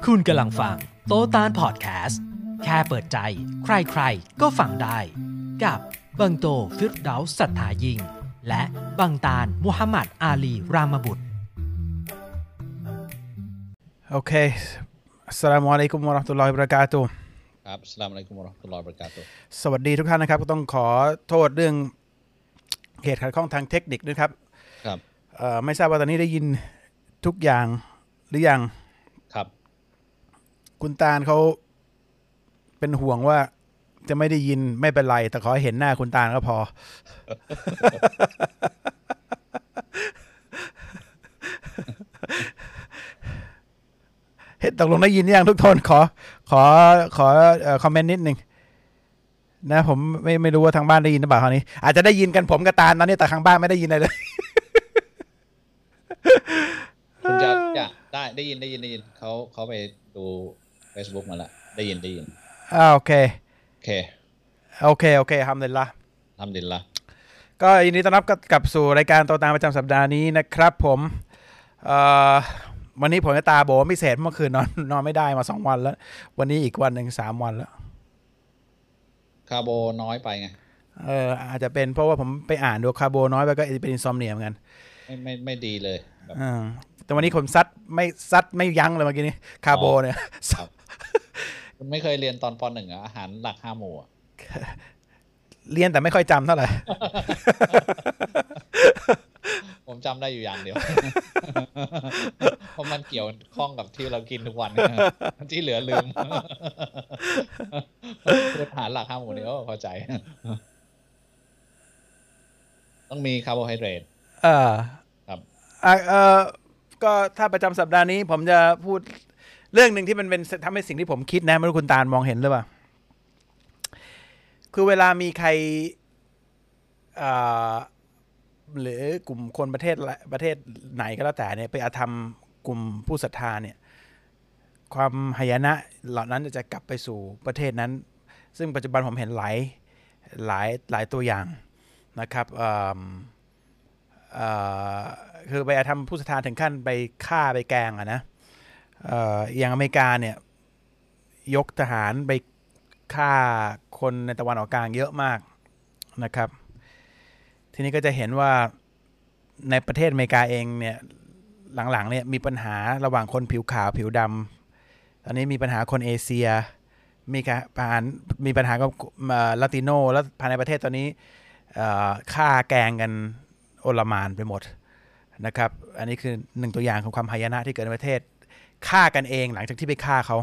คุณกำลังฟังโตตานพอดแคสต์แค่เปิดใจใครๆก็ฟังได้กับบังโตฟิรเดาสัทธายิงและบังตาลมุฮัมมัดอาลีรามบุตรโอเคอัสสลามุอะลัยกุมวะเราะห์มะตุลลอฮิวะบะเราะกาตุฮ์ครับอัสสลามุอะลัยกุมวะเราะห์มะตุลลอฮิวะบะเราะกาตุฮ์สวัสดีทุกท่านนะครับก็ต้องขอโทษเรื่องเหตุขัดข้องทางเทคนิคด้วยครับครับไม่ทราบว่าตอนนี้ได้ยินทุกอย่างหรือยังครับคุณตาลเขาเป็นห่วงว่าจะไม่ได้ยินไม่เป็นไรแต่ขอให้เห็นหน้าคุณตาลก็พอ เห็นตกลงได้ยินยังทุกคนขอคอมเมนต์นิดนึงนะผมไม่รู้ว่าทางบ้านได้ยินหรือเปล่าคราวนี้อาจจะได้ยินกันผมกับตาลตอนนี้แต่ทางบ้านไม่ได้ยินอะไรเลยคุณจะได้ยินเขาไปดู Facebook มาแล้วได้ยินโอเคฮัมดุลิลลาห์ก็ยินดีต้อนรับกลับสู่รายการโตตามประจำสัปดาห์นี้นะครับผมวันนี้ผมตาโบพิเศษเมื่อคืนนอนไม่ได้มา2วันแล้ววันนี้อีกวันนึง3วันแล้วคาร์โบน้อยไปไงอาจจะเป็นเพราะว่าผมไปอ่านดูคาร์โบน้อยไปก็เป็นอินซอมเนียเหมือนกันไม่ดีเลยแต่วันนี้ผมซัดไม่ยั้งเลยเมื่อกี้นี้คาร์โบเนี่ยคุณไม่เคยเรียนตอนป .1 อาหารหลัก5หมู่เรียนแต่ไม่ค่อยจำเท่าไหร่ผมจำได้อยู่อย่างเดียว เพราะมันเกี่ยวข้องกับที่เรากินทุกวันที่เหลือลืมอาหารหลัก5หมู่นี้เข้าใจต้องมีคาร์โบไฮเดรตครับก็ถ้าประจำสัปดาห์นี้ผมจะพูดเรื่องหนึ่งที่มันเป็นทำให้สิ่งที่ผมคิดนะไม่รู้คุณตาลมองเห็นหรือเปล่าคือเวลามีใครหรือกลุ่มคนประเทศไหนก็แล้วแต่เนี่ยไปอาธรรมกลุ่มผู้ศรัทธาเนี่ยความหายนะเหล่านั้นจะกลับไปสู่ประเทศนั้นซึ่งปัจจุบันผมเห็นหลายตัวอย่างนะครับคือไปอาธรรมผู้ศรัทธาถึงขั้นไปฆ่าไปแกงนะอย่างอเมริกาเนี่ยยกทหารไปฆ่าคนในตะวันออกกลางเยอะมากนะครับทีนี้ก็จะเห็นว่าในประเทศอเมริกาเองเนี่ยหลังๆเนี่ยมีปัญหาระหว่างคนผิวขาวผิวดำตอนนี้มีปัญหาคนเอเชียมีปัญหากับลาติโนแล้วภายในประเทศตอนนี้ฆ่าแกงกันโอลหม่านไปหมดนะครับอันนี้คือหนึ่งตัวอย่างของความหายนะที่เกิดในประเทศฆ่ากันเองหลังจากที่ไปฆ่าเขา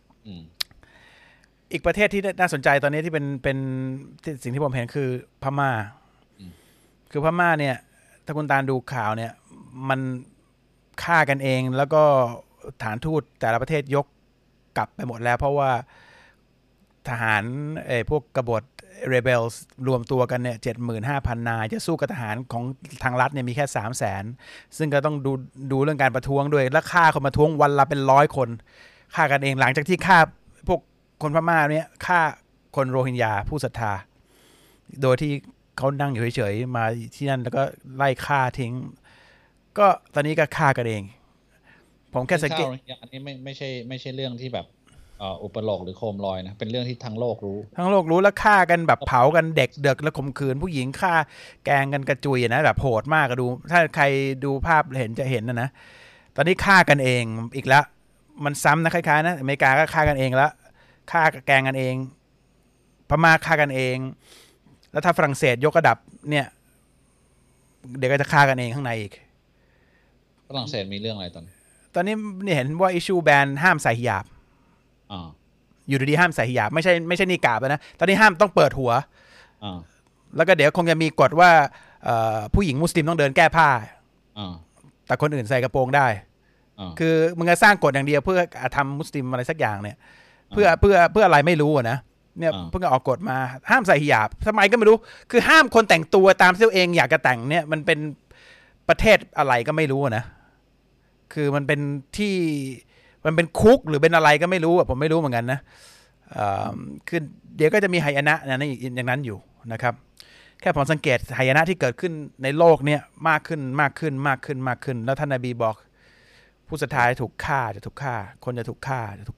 อีกประเทศที่น่าสนใจตอนนี้ที่เป็นสิ่งที่ผมเห็นคือพม่าคือพม่าเนี่ยถ้าคุณตาลดูข่าวเนี่ยมันฆ่ากันเองแล้วก็ฐานทูตแต่ละประเทศยกกลับไปหมดแล้วเพราะว่าทหารพวกกบฏเรเบลรวมตัวกันเนี่ย 75,000 นายจะสู้กับทหารของทางรัฐเนี่ยมีแค่ 300,000 ซึ่งก็ต้องดูเรื่องการประท้วงด้วยแล้วฆ่าคนประท้วงวันละเป็น100คนฆ่ากันเองหลังจากที่ฆ่าพวกคนพม่าเนี่ยฆ่าคนโรฮิงญาผู้ศรัทธาโดยที่เขานั่งอยู่เฉยๆมาที่นั่นแล้วก็ไล่ฆ่าทิ้งก็ตอนนี้ก็ฆ่ากันเองผมแค่สังเกตอันนี้ไม่ใช่เรื่องที่แบบอุปโลกหรือโคมลอยนะเป็นเรื่องที่ทั้งโลกรู้แล้วฆ่ากันแบบเผากันเด็กแล้วข่มขืนผู้หญิงฆ่าแกงกันกระจุยนะแบบโหดมากก็ดูถ้าใครดูภาพเห็นจะเห็นนะตอนนี้ฆ่ากันเองอีกแล้วมันซ้ำนะคล้ายๆนะอเมริกาก็ฆ่ากันเองแล้วฆ่าแกงกันเองพม่าฆ่ากันเองแล้วถ้าฝรั่งเศสยกระดับเนี่ยเดี๋ยวก็จะฆ่ากันเองข้างในอีกฝรั่งเศสมีเรื่องอะไรตอนนี้เห็นว่าอิชชูแบนห้ามใส่ฮิญาบอยู่ดีๆห้ามใส่ฮิญาบไม่ใช่นิกาบนะตอนนี้ห้ามต้องเปิดหัวแล้วก็เดี๋ยวคงจะมีกฎว่าผู้หญิงมุสลิมต้องเดินแก้ผ้าแต่คนอื่นใส่กระโปรงได้คือมึงจะสร้างกฎอย่างเดียวเพื่อทำมุสลิมอะไรสักอย่างเนี่ยเพื่ออะไรไม่รู้นะเนี่ยเพิ่งออกกฎมาห้ามใส่ฮิญาบทำไมก็ไม่รู้คือห้ามคนแต่งตัวตามที่ตัวเองอยากจะแต่งเนี่ยมันเป็นประเทศอะไรก็ไม่รู้นะคือมันเป็นที่มันเป็นคุกหรือเป็นอะไรก็ไม่รู้ผมไม่รู้เหมือนกันนะคือเดี๋ยวก็จะมีหายนะอย่างนั้นอยู่นะครับแค่ผมสังเกตหายนะที่เกิดขึ้นในโลกเนี่ยมากขึ้นแล้วท่านนบีบอกผู้ศรัทธาจะถูกฆ่าคนจะถูกฆ่า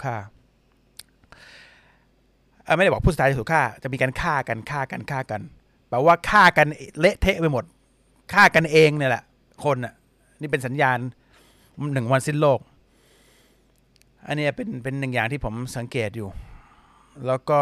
ไม่ได้บอกผู้ศรัทธาจะถูกฆ่าจะมีการฆ่ากันแปลว่าฆ่ากันเละเทะไปหมดฆ่ากันเองเนี่ยแหละคนอ่ะนี่เป็นสัญญาณ1 วันสิ้นโลกอันนี้เป็นหนึ่งอย่างที่ผมสังเกตอยู่แล้วก็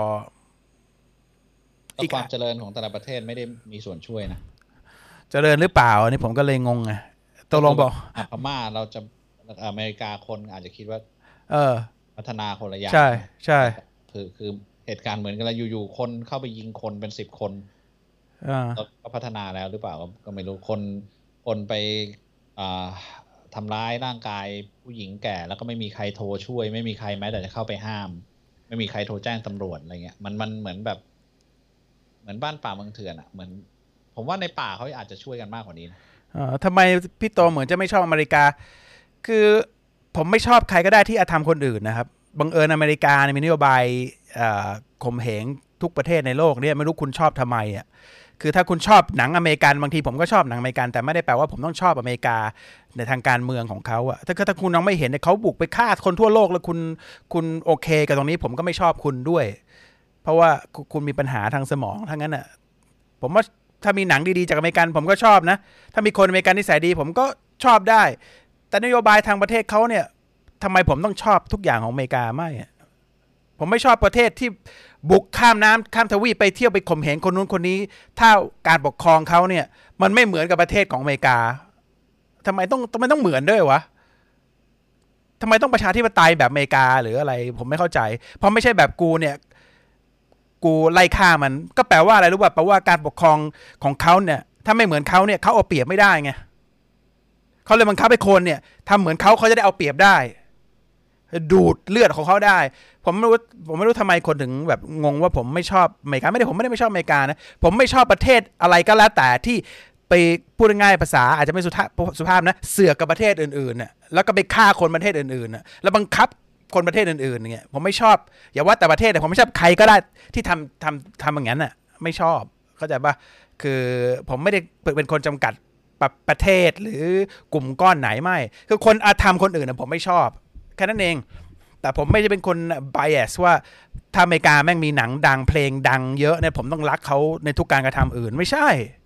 ความเจริญของแต่ละประเทศไม่ได้มีส่วนช่วยนะเจริญหรือเปล่านี่ผมก็เลยงงไงตกลงบอกพม่าเราจะอเมริกาคนอาจจะคิดว่าพัฒนาคนละอย่างใช่คือเหตุการณ์เหมือนกันแล้วอยู่ๆคนเข้าไปยิงคนเป็น10 คนก็พัฒนาแล้วหรือเปล่าก็ไม่รู้คนไปทำร้ายร่างกายผู้หญิงแก่แล้วก็ไม่มีใครโทรช่วยไม่มีใครแม้แต่จะเข้าไปห้ามไม่มีใครโทรแจ้งตำรวจอะไรเงี้ยมันเหมือนแบบเหมือนบ้านป่าเมืองเถื่อนอ่ะเหมือนผมว่าในป่าเขาอาจจะช่วยกันมากกว่านี้นะทำไมพี่โตเหมือนจะไม่ชอบอเมริกาคือผมไม่ชอบใครก็ได้ที่อาธรรมคนอื่นนะครับบังเอิญอเมริกามีนโยบายข่มเหงทุกประเทศในโลกเนี่ยไม่รู้คุณชอบทำไมอ่ะคือถ้าคุณชอบหนังอเมริกันบางทีผมก็ชอบหนังอเมริกันแต่ไม่ได้แปลว่าผมต้องชอบอเมริกาในทางการเมืองของเขาอะถ้าคุณยังไม่เห็นเขาบุกไปฆ่าคนทั่วโลกแล้วคุณโอเคกับตรงนี้ผมก็ไม่ชอบคุณด้วยเพราะว่าคุณมีปัญหาทางสมองทั้งนั้นอะผมว่าถ้ามีหนังดีๆจากอเมริกันผมก็ชอบนะถ้ามีคนอเมริกันนิสัยดีผมก็ชอบได้แต่นโยบายทางประเทศเขาเนี่ยทำไมผมต้องชอบทุกอย่างของอเมริกาไม่ผมไม่ชอบประเทศที่บุกข้ามน้ำข้ามทวีปไปเที่ยวไปข่มเหงคนนู้นคนนี้ถ้าการปกครองเขาเนี่ยมันไม่เหมือนกับประเทศของอเมริกาทำไมต้องเหมือนด้วยวะทำไมต้องประชาธิปไตยแบบอเมริกาหรืออะไรผมไม่เข้าใจเพราะไม่ใช่แบบกูเนี่ยกูไล่ฆ่ามันก็แปลว่าอะไรรู้ป่ะแปลว่าการปกครองของเขาเนี่ยถ้าไม่เหมือนเขาเนี่ยเขาเอาเปรียบไม่ได้ไงเขาเลยบังคับให้คนเนี่ยทำเหมือนเขาจะได้เอาเปรียบได้ดูดเลือดของเขาได้ผมไม่รู้ทำไมคนถึงแบบงงว่าผมไม่ชอบอเมริกาผมไม่ได้ไม่ชอบอเมริกานะผมไม่ชอบประเทศอะไรก็แล้วแต่ที่ไปพูดง่ายภาษาอาจจะไม่สุภาพนะเสือกกับประเทศอื่นๆน่ะแล้วก็ไปฆ่าคนประเทศอื่นๆน่ะแล้วบังคับคนประเทศอื่นๆอย่างเงี้ยผมไม่ชอบอย่าว่าแต่ประเทศแต่ผมไม่ชอบใครก็ได้ที่ทำอย่างนั้นน่ะไม่ชอบเข้าใจป่ะคือผมไม่ได้เป็นคนจำกัดประเทศหรือกลุ่มก้อนไหนไม่คือคนอาธรรมคนอื่นน่ะผมไม่ชอบแค่นั้นเองแต่ผมไม่ได้เป็นคน bias ว่าถ้าอเมริกาแม่งมีหนังดังเพลงดังเยอะเนี่ยผมต้องรักเขาในทุกการกระทำอื่นไม่ใช่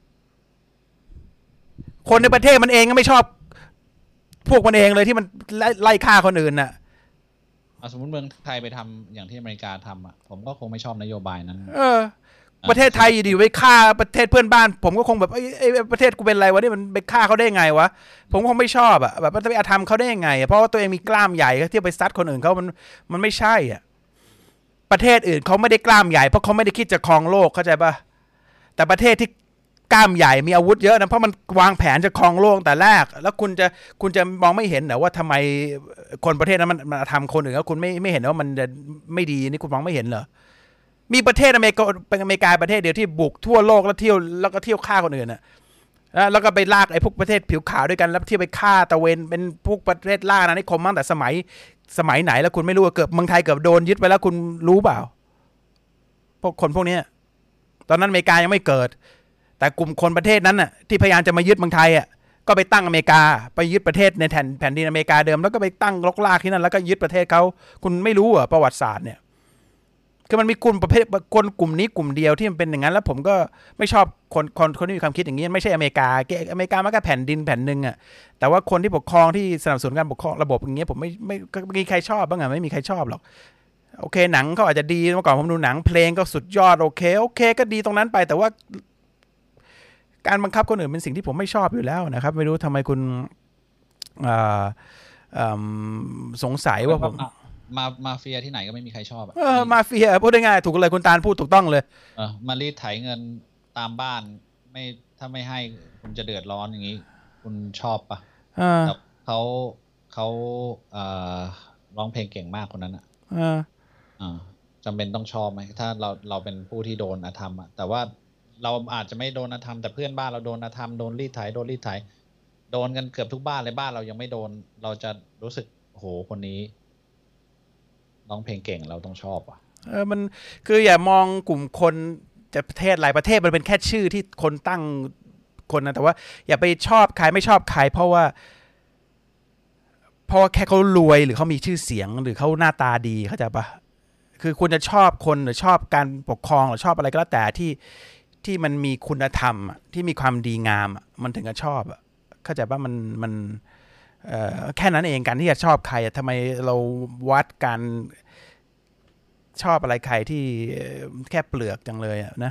คนในประเทศมันเองก็ไม่ชอบพวกมันเองเลยที่มันไล่ฆ่าคนอื่นน่ะสมมติเมืองไทยไปทำอย่างที่อเมริกาทำอ่ะผมก็คงไม่ชอบนโยบายนั้นประเทศไทยอยู่ดีไปฆ่าประเทศเพื่อนบ้านผมก็คงแบบไอ้ประเทศกูเป็นอะไรวะนี่มันไปฆ่าเขาได้ไงวะผมคงไม่ชอบอ่ะแบบจะไปทำเขาได้ยังไงเพราะว่าตัวเองมีกล้ามใหญ่เที่ยวไปซัดคนอื่นเขามันไม่ใช่อ่ะประเทศอื่นเขาไม่ได้กล้ามใหญ่เพราะเขาไม่ได้คิดจะครองโลกเข้าใจป่ะแต่ประเทศที่กล้ามใหญ่มีอาวุธเยอะนะเพราะมันวางแผนจะครองโลกแต่แรกแล้วคุณจะมองไม่เห็นเหรอว่าทำไมคนประเทศนั้นมันทำคนอื่นแล้วคุณไม่เห็นว่ามันจะไม่ดีนี่คุณมองไม่เห็นเหรอมีประเทศอเมริกาประเทศเดียวที่บุกทั่วโลกแล้วก็เที่ยวฆ่าคนอื่นน่ะแล้วก็ไปลากไอ้พวกประเทศผิวขาวด้วยกันแล้วเที่ยวไปฆ่าตะเวนเป็นพวกประเทศล่าอาณานิคมตั้งแต่สมัยไหนแล้วคุณไม่รู้เกือบเมืองไทยเกือบโดนยึดไปแล้วคุณรู้เปล่าพวกคนพวกนี้ตอนนั้นอเมริกายังไม่เกิดแต่กลุ่มคนประเทศนั้นน่ะที่พยายามจะมายึดเมืองไทยอ่ะก็ไปตั้งอเมริกาไปยึดประเทศในแผ่นดินอเมริกาเดิมแล้วก็ไปตั้งลกลากที่นั่นแล้วก็ยึดประเทศเขาคุณไม่รู้เหรอประวัติศาสตร์เนี่ยคือมันมีกลุ่มประเภทคนกลุ่มนี้กลุ่มเดียวที่มันเป็นอย่างนั้นแล้วผมก็ไม่ชอบคนที่มีความคิดอย่างนี้ไม่ใช่อเมริกามันก็แผ่นดินแผ่นนึงอ่ะแต่ว่าคนที่ปกครองที่สนับสนุนการปกครองระบบอย่างเงี้ยผมไม่มีใครชอบบ้างอ่ะไม่มีใครชอบหรอกโอเคหนังเขาอาจจะดีเมื่อก่อนผมดูหนังเพลงก็สุดยอดโอเคก็ดีตรงนั้นไปแต่ว่าการบังคับคนอื่นเป็นสิ่งที่ผมไม่ชอบอยู่แล้วนะครับไม่รู้ทำไมคุณสงสัยว่าผมมาเฟียที่ไหนก็ไม่มีใครชอบมาเฟียพูดได้ง่ายถูกเลยคุณตาลพูดถูกต้องเลยมารีดไถเงินตามบ้านถ้าไม่ให้คุณจะเดือดร้อนอย่างนี้คุณชอบปะเขาร้องเพลงเก่งมากคนนั้นจำเป็นต้องชอบไหมถ้าเราเป็นผู้ที่โดนอาธรรมแต่ว่าเราอาจจะไม่โดนอาธรรมแต่เพื่อนบ้านเราโดนอาธรรมโดนรีดไถโดนกันเกือบทุกบ้านเลยบ้านเรายังไม่โดนเราจะรู้สึกโหคนนี้ร้องเพลงเก่งเราต้องชอบมันคืออย่ามองกลุ่มคนจะประเทศหลายประเทศมันเป็นแค่ชื่อที่คนตั้งคนนะแต่ว่าอย่าไปชอบใครไม่ชอบใครเพราะว่าเพราะว่าแค่เขารวยหรือเขามีชื่อเสียงหรือเขาหน้าตาดีเข้าใจปะคือคุณจะชอบคนหรือชอบการปกครองหรือชอบอะไรก็แล้วแต่ที่มันมีคุณธรรมที่มีความดีงามมันถึงจะชอบเข้าใจปะมันแค่นั้นเองการที่จะชอบใครทำไมเราวัดการชอบอะไรใครที่แค่เปลือกจังเลยนะ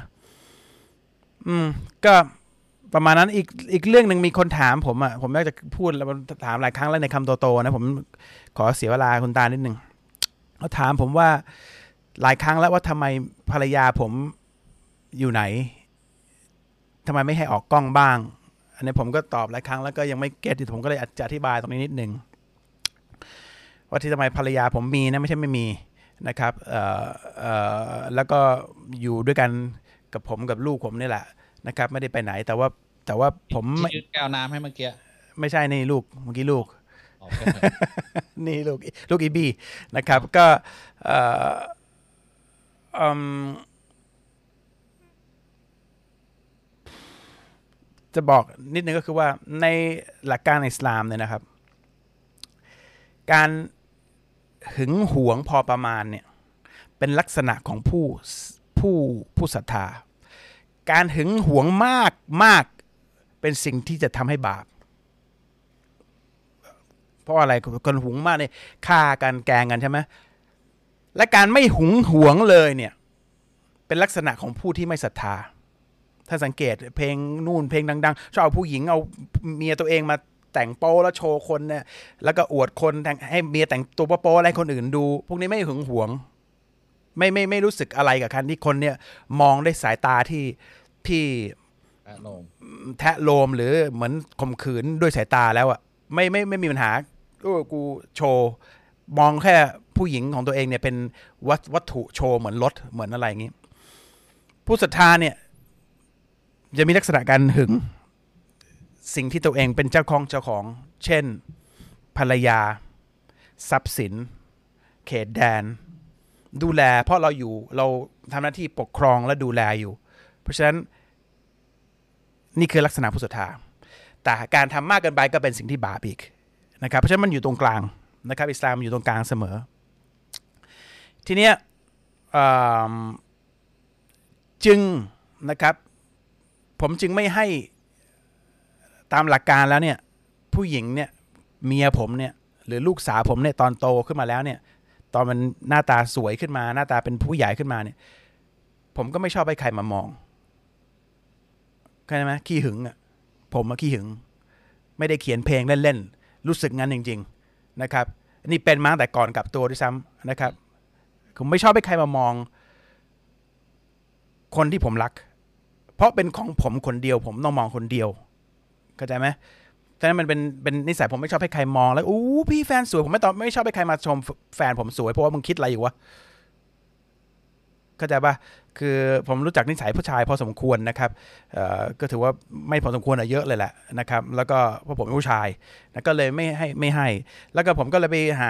ก็ประมาณนั้นอีกเรื่องหนึ่งมีคนถามผมน่าจะพูดแล้วถามหลายครั้งแล้วในคำโตๆนะผมขอเสียเวลาคุณตานิดนึงเขาถามผมว่าหลายครั้งแล้วว่าทำไมภรรยาผมอยู่ไหนทำไมไม่ให้ออกกล้องบ้างอันนี้ผมก็ตอบหลายครั้งแล้วก็ยังไม่เก็ตผมก็เลยจะอธิบายตรงนี้นิดนึงว่าที่ทำไมภรรยาผมมีนะไม่ใช่ไม่มีนะครับแล้วก็อยู่ด้วยกันกับผมกับลูกผมนี่แหละนะครับไม่ได้ไปไหนแต่ว่าผมยืนแก้วน้ำให้เมื่อกี้ไม่ใช่นี่ลูกเมื่อกี้ลูกนี่ลูกอีบีนะครับก็จะบอกนิดนึงก็คือว่าในหลักการอิสลามเนี่ยนะครับการหึงหวงพอประมาณเนี่ยเป็นลักษณะของผู้ศรัทธาการหึงหวงมากเป็นสิ่งที่จะทำให้บาปเพราะอะไรคนหึงมากเนี่ยฆ่ากันแกล้งกันใช่ไหมและการไม่หึงหวงเลยเนี่ยเป็นลักษณะของผู้ที่ไม่ศรัทธาถ้าสังเกตเพลงนู่นเพลงดังๆชอบเอาผู้หญิงเอาเมียตัวเองมาแต่งโป๊แล้วโชว์คนเนี่ยแล้วก็อวดคนให้เมียแต่งตัวโป๊อะไรคนอื่นดูพวกนี้ไม่หึงหวงไม่รู้สึกอะไรกับการที่คนเนี่ยมองด้วยสายตาที่แทะโลมหรือเหมือนข่มขืนด้วยสายตาแล้วอ่ะไม่มีปัญหากูโชว์มองแค่ผู้หญิงของตัวเองเนี่ยเป็นวัตถุโชว์เหมือนรถเหมือนอะไรอย่างนี้ผู้ศรัทธาเนี่ยจะมีลักษณะการหึงสิ่งที่ตัวเองเป็นเจ้าของเช่นภรรยาทรัพย์สินเขตแดนดูแลเพราะเราทำหน้าที่ปกครองและดูแลอยู่เพราะฉะนั้นนี่คือลักษณะผู้ศรัทธาแต่การทำมากเกินไปก็เป็นสิ่งที่บาปอีกนะครับเพราะฉะนั้นมันอยู่ตรงกลางนะครับอิสลามอยู่ตรงกลางเสมอทีเนี้ยจึงนะครับผมจึงไม่ให้ตามหลักการแล้วเนี่ยผู้หญิงเนี่ยเมียผมเนี่ยหรือลูกสาวผมเนี่ยตอนโตขึ้นมาแล้วเนี่ยตอนมันหน้าตาสวยขึ้นมาหน้าตาเป็นผู้ใหญ่ขึ้นมาเนี่ยผมก็ไม่ชอบให้ใครมามองเข้าใจไหมขี้หึงอ่ะผมขี้หึงไม่ได้เขียนเพลงเล่นๆรู้สึกงั้นจริงๆนะครับนี่เป็นมาตั้งแต่ก่อนกลับตัวด้วยซ้ำนะครับผมไม่ชอบให้ใครมามองคนที่ผมรักเพราะเป็นของผมคนเดียวผมต้องมองคนเดียวเข้าใจไหมฉะนั้นมันเป็นนิสัยผมไม่ชอบให้ใครมองแล้วพี่แฟนสวยผมไม่ชอบให้ใครมาชมแฟนผมสวยเพราะว่ามึงคิดอะไรอยู่วะเข้าใจป่ะคือผมรู้จักนิสัยผู้ชายพอสมควรนะครับก็ถือว่าไม่พอสมควรเยอะเลยแหละนะครับแล้วก็เพราะผมเป็นผู้ชายนะก็เลยไม่ให้แล้วก็ผมก็เลยไปหา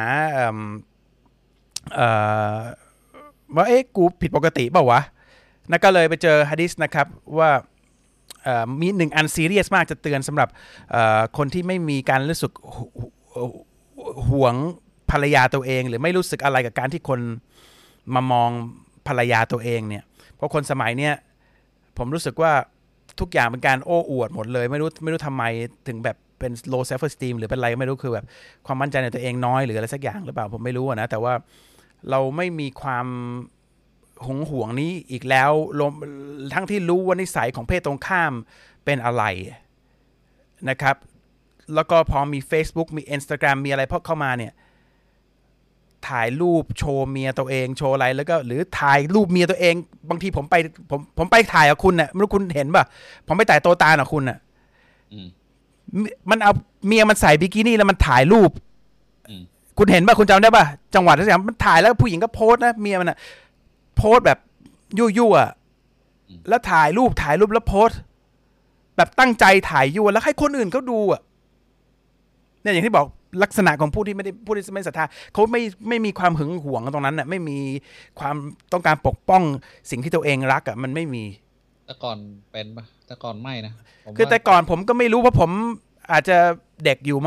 ว่ากูผิดปกติเปล่าวะนะก็เลยไปเจอหะดีษนะครับว่ามีหนึ่งอันซีเรียสมากจะเตือนสำหรับคนที่ไม่มีการรู้สึกหวงภรรยาตัวเองหรือไม่รู้สึกอะไรกับการที่คนมามองภรรยาตัวเองเนี่ยเพราะคนสมัยเนี้ยผมรู้สึกว่าทุกอย่างเป็นการโอ้อวดหมดเลยไม่รู้ทำไมถึงแบบเป็น low self esteem หรือเป็นอะไรไม่รู้คือแบบความมั่นใจในตัวเองน้อยหรืออะไรสักอย่างหรือเปล่าผมไม่รู้นะแต่ว่าเราไม่มีความห่วงนี้อีกแล้วทั้งที่รู้ว่านิสัยของเพศตรงข้ามเป็นอะไรนะครับแล้วก็พอมี Facebook มี Instagram มีอะไรพอเข้ามาเนี่ยถ่ายรูปโชว์เมียตัวเองโชว์อะไรแล้วก็หรือถ่ายรูปเมียตัวเองบางทีผมไปถ่ายกับคุณเนี่ยไม่รู้คุณเห็นป่ะผมไปถ่ายโตตากับคุณน่ะมันเอาเมียมันใส่บิกินี่แล้วมันถ่ายรูปคุณเห็นป่ะคุณจำได้ป่ะจังหวัดที่มันถ่ายแล้วผู้หญิงก็โพสนะเมียมันน่ะโพสแบบยั่วๆแล้วถ่ายรูปแล้วโพสแบบตั้งใจถ่ายยั่วแล้วให้คนอื่นเขาดูอ่ะเนี่ยอย่างที่บอกลักษณะของผู้ที่ไม่ศรัทธาเขาไม่มีความหึงหวงตรงนั้นน่ะไม่มีความต้องการปกป้องสิ่งที่ตัวเองรักอ่ะมันไม่มีแต่ก่อนเป็นป่ะแต่ก่อนไม่นะคือแต่ก่อนผมก็ไม่รู้เพราะผมอาจจะเด็กอยู่มั้ง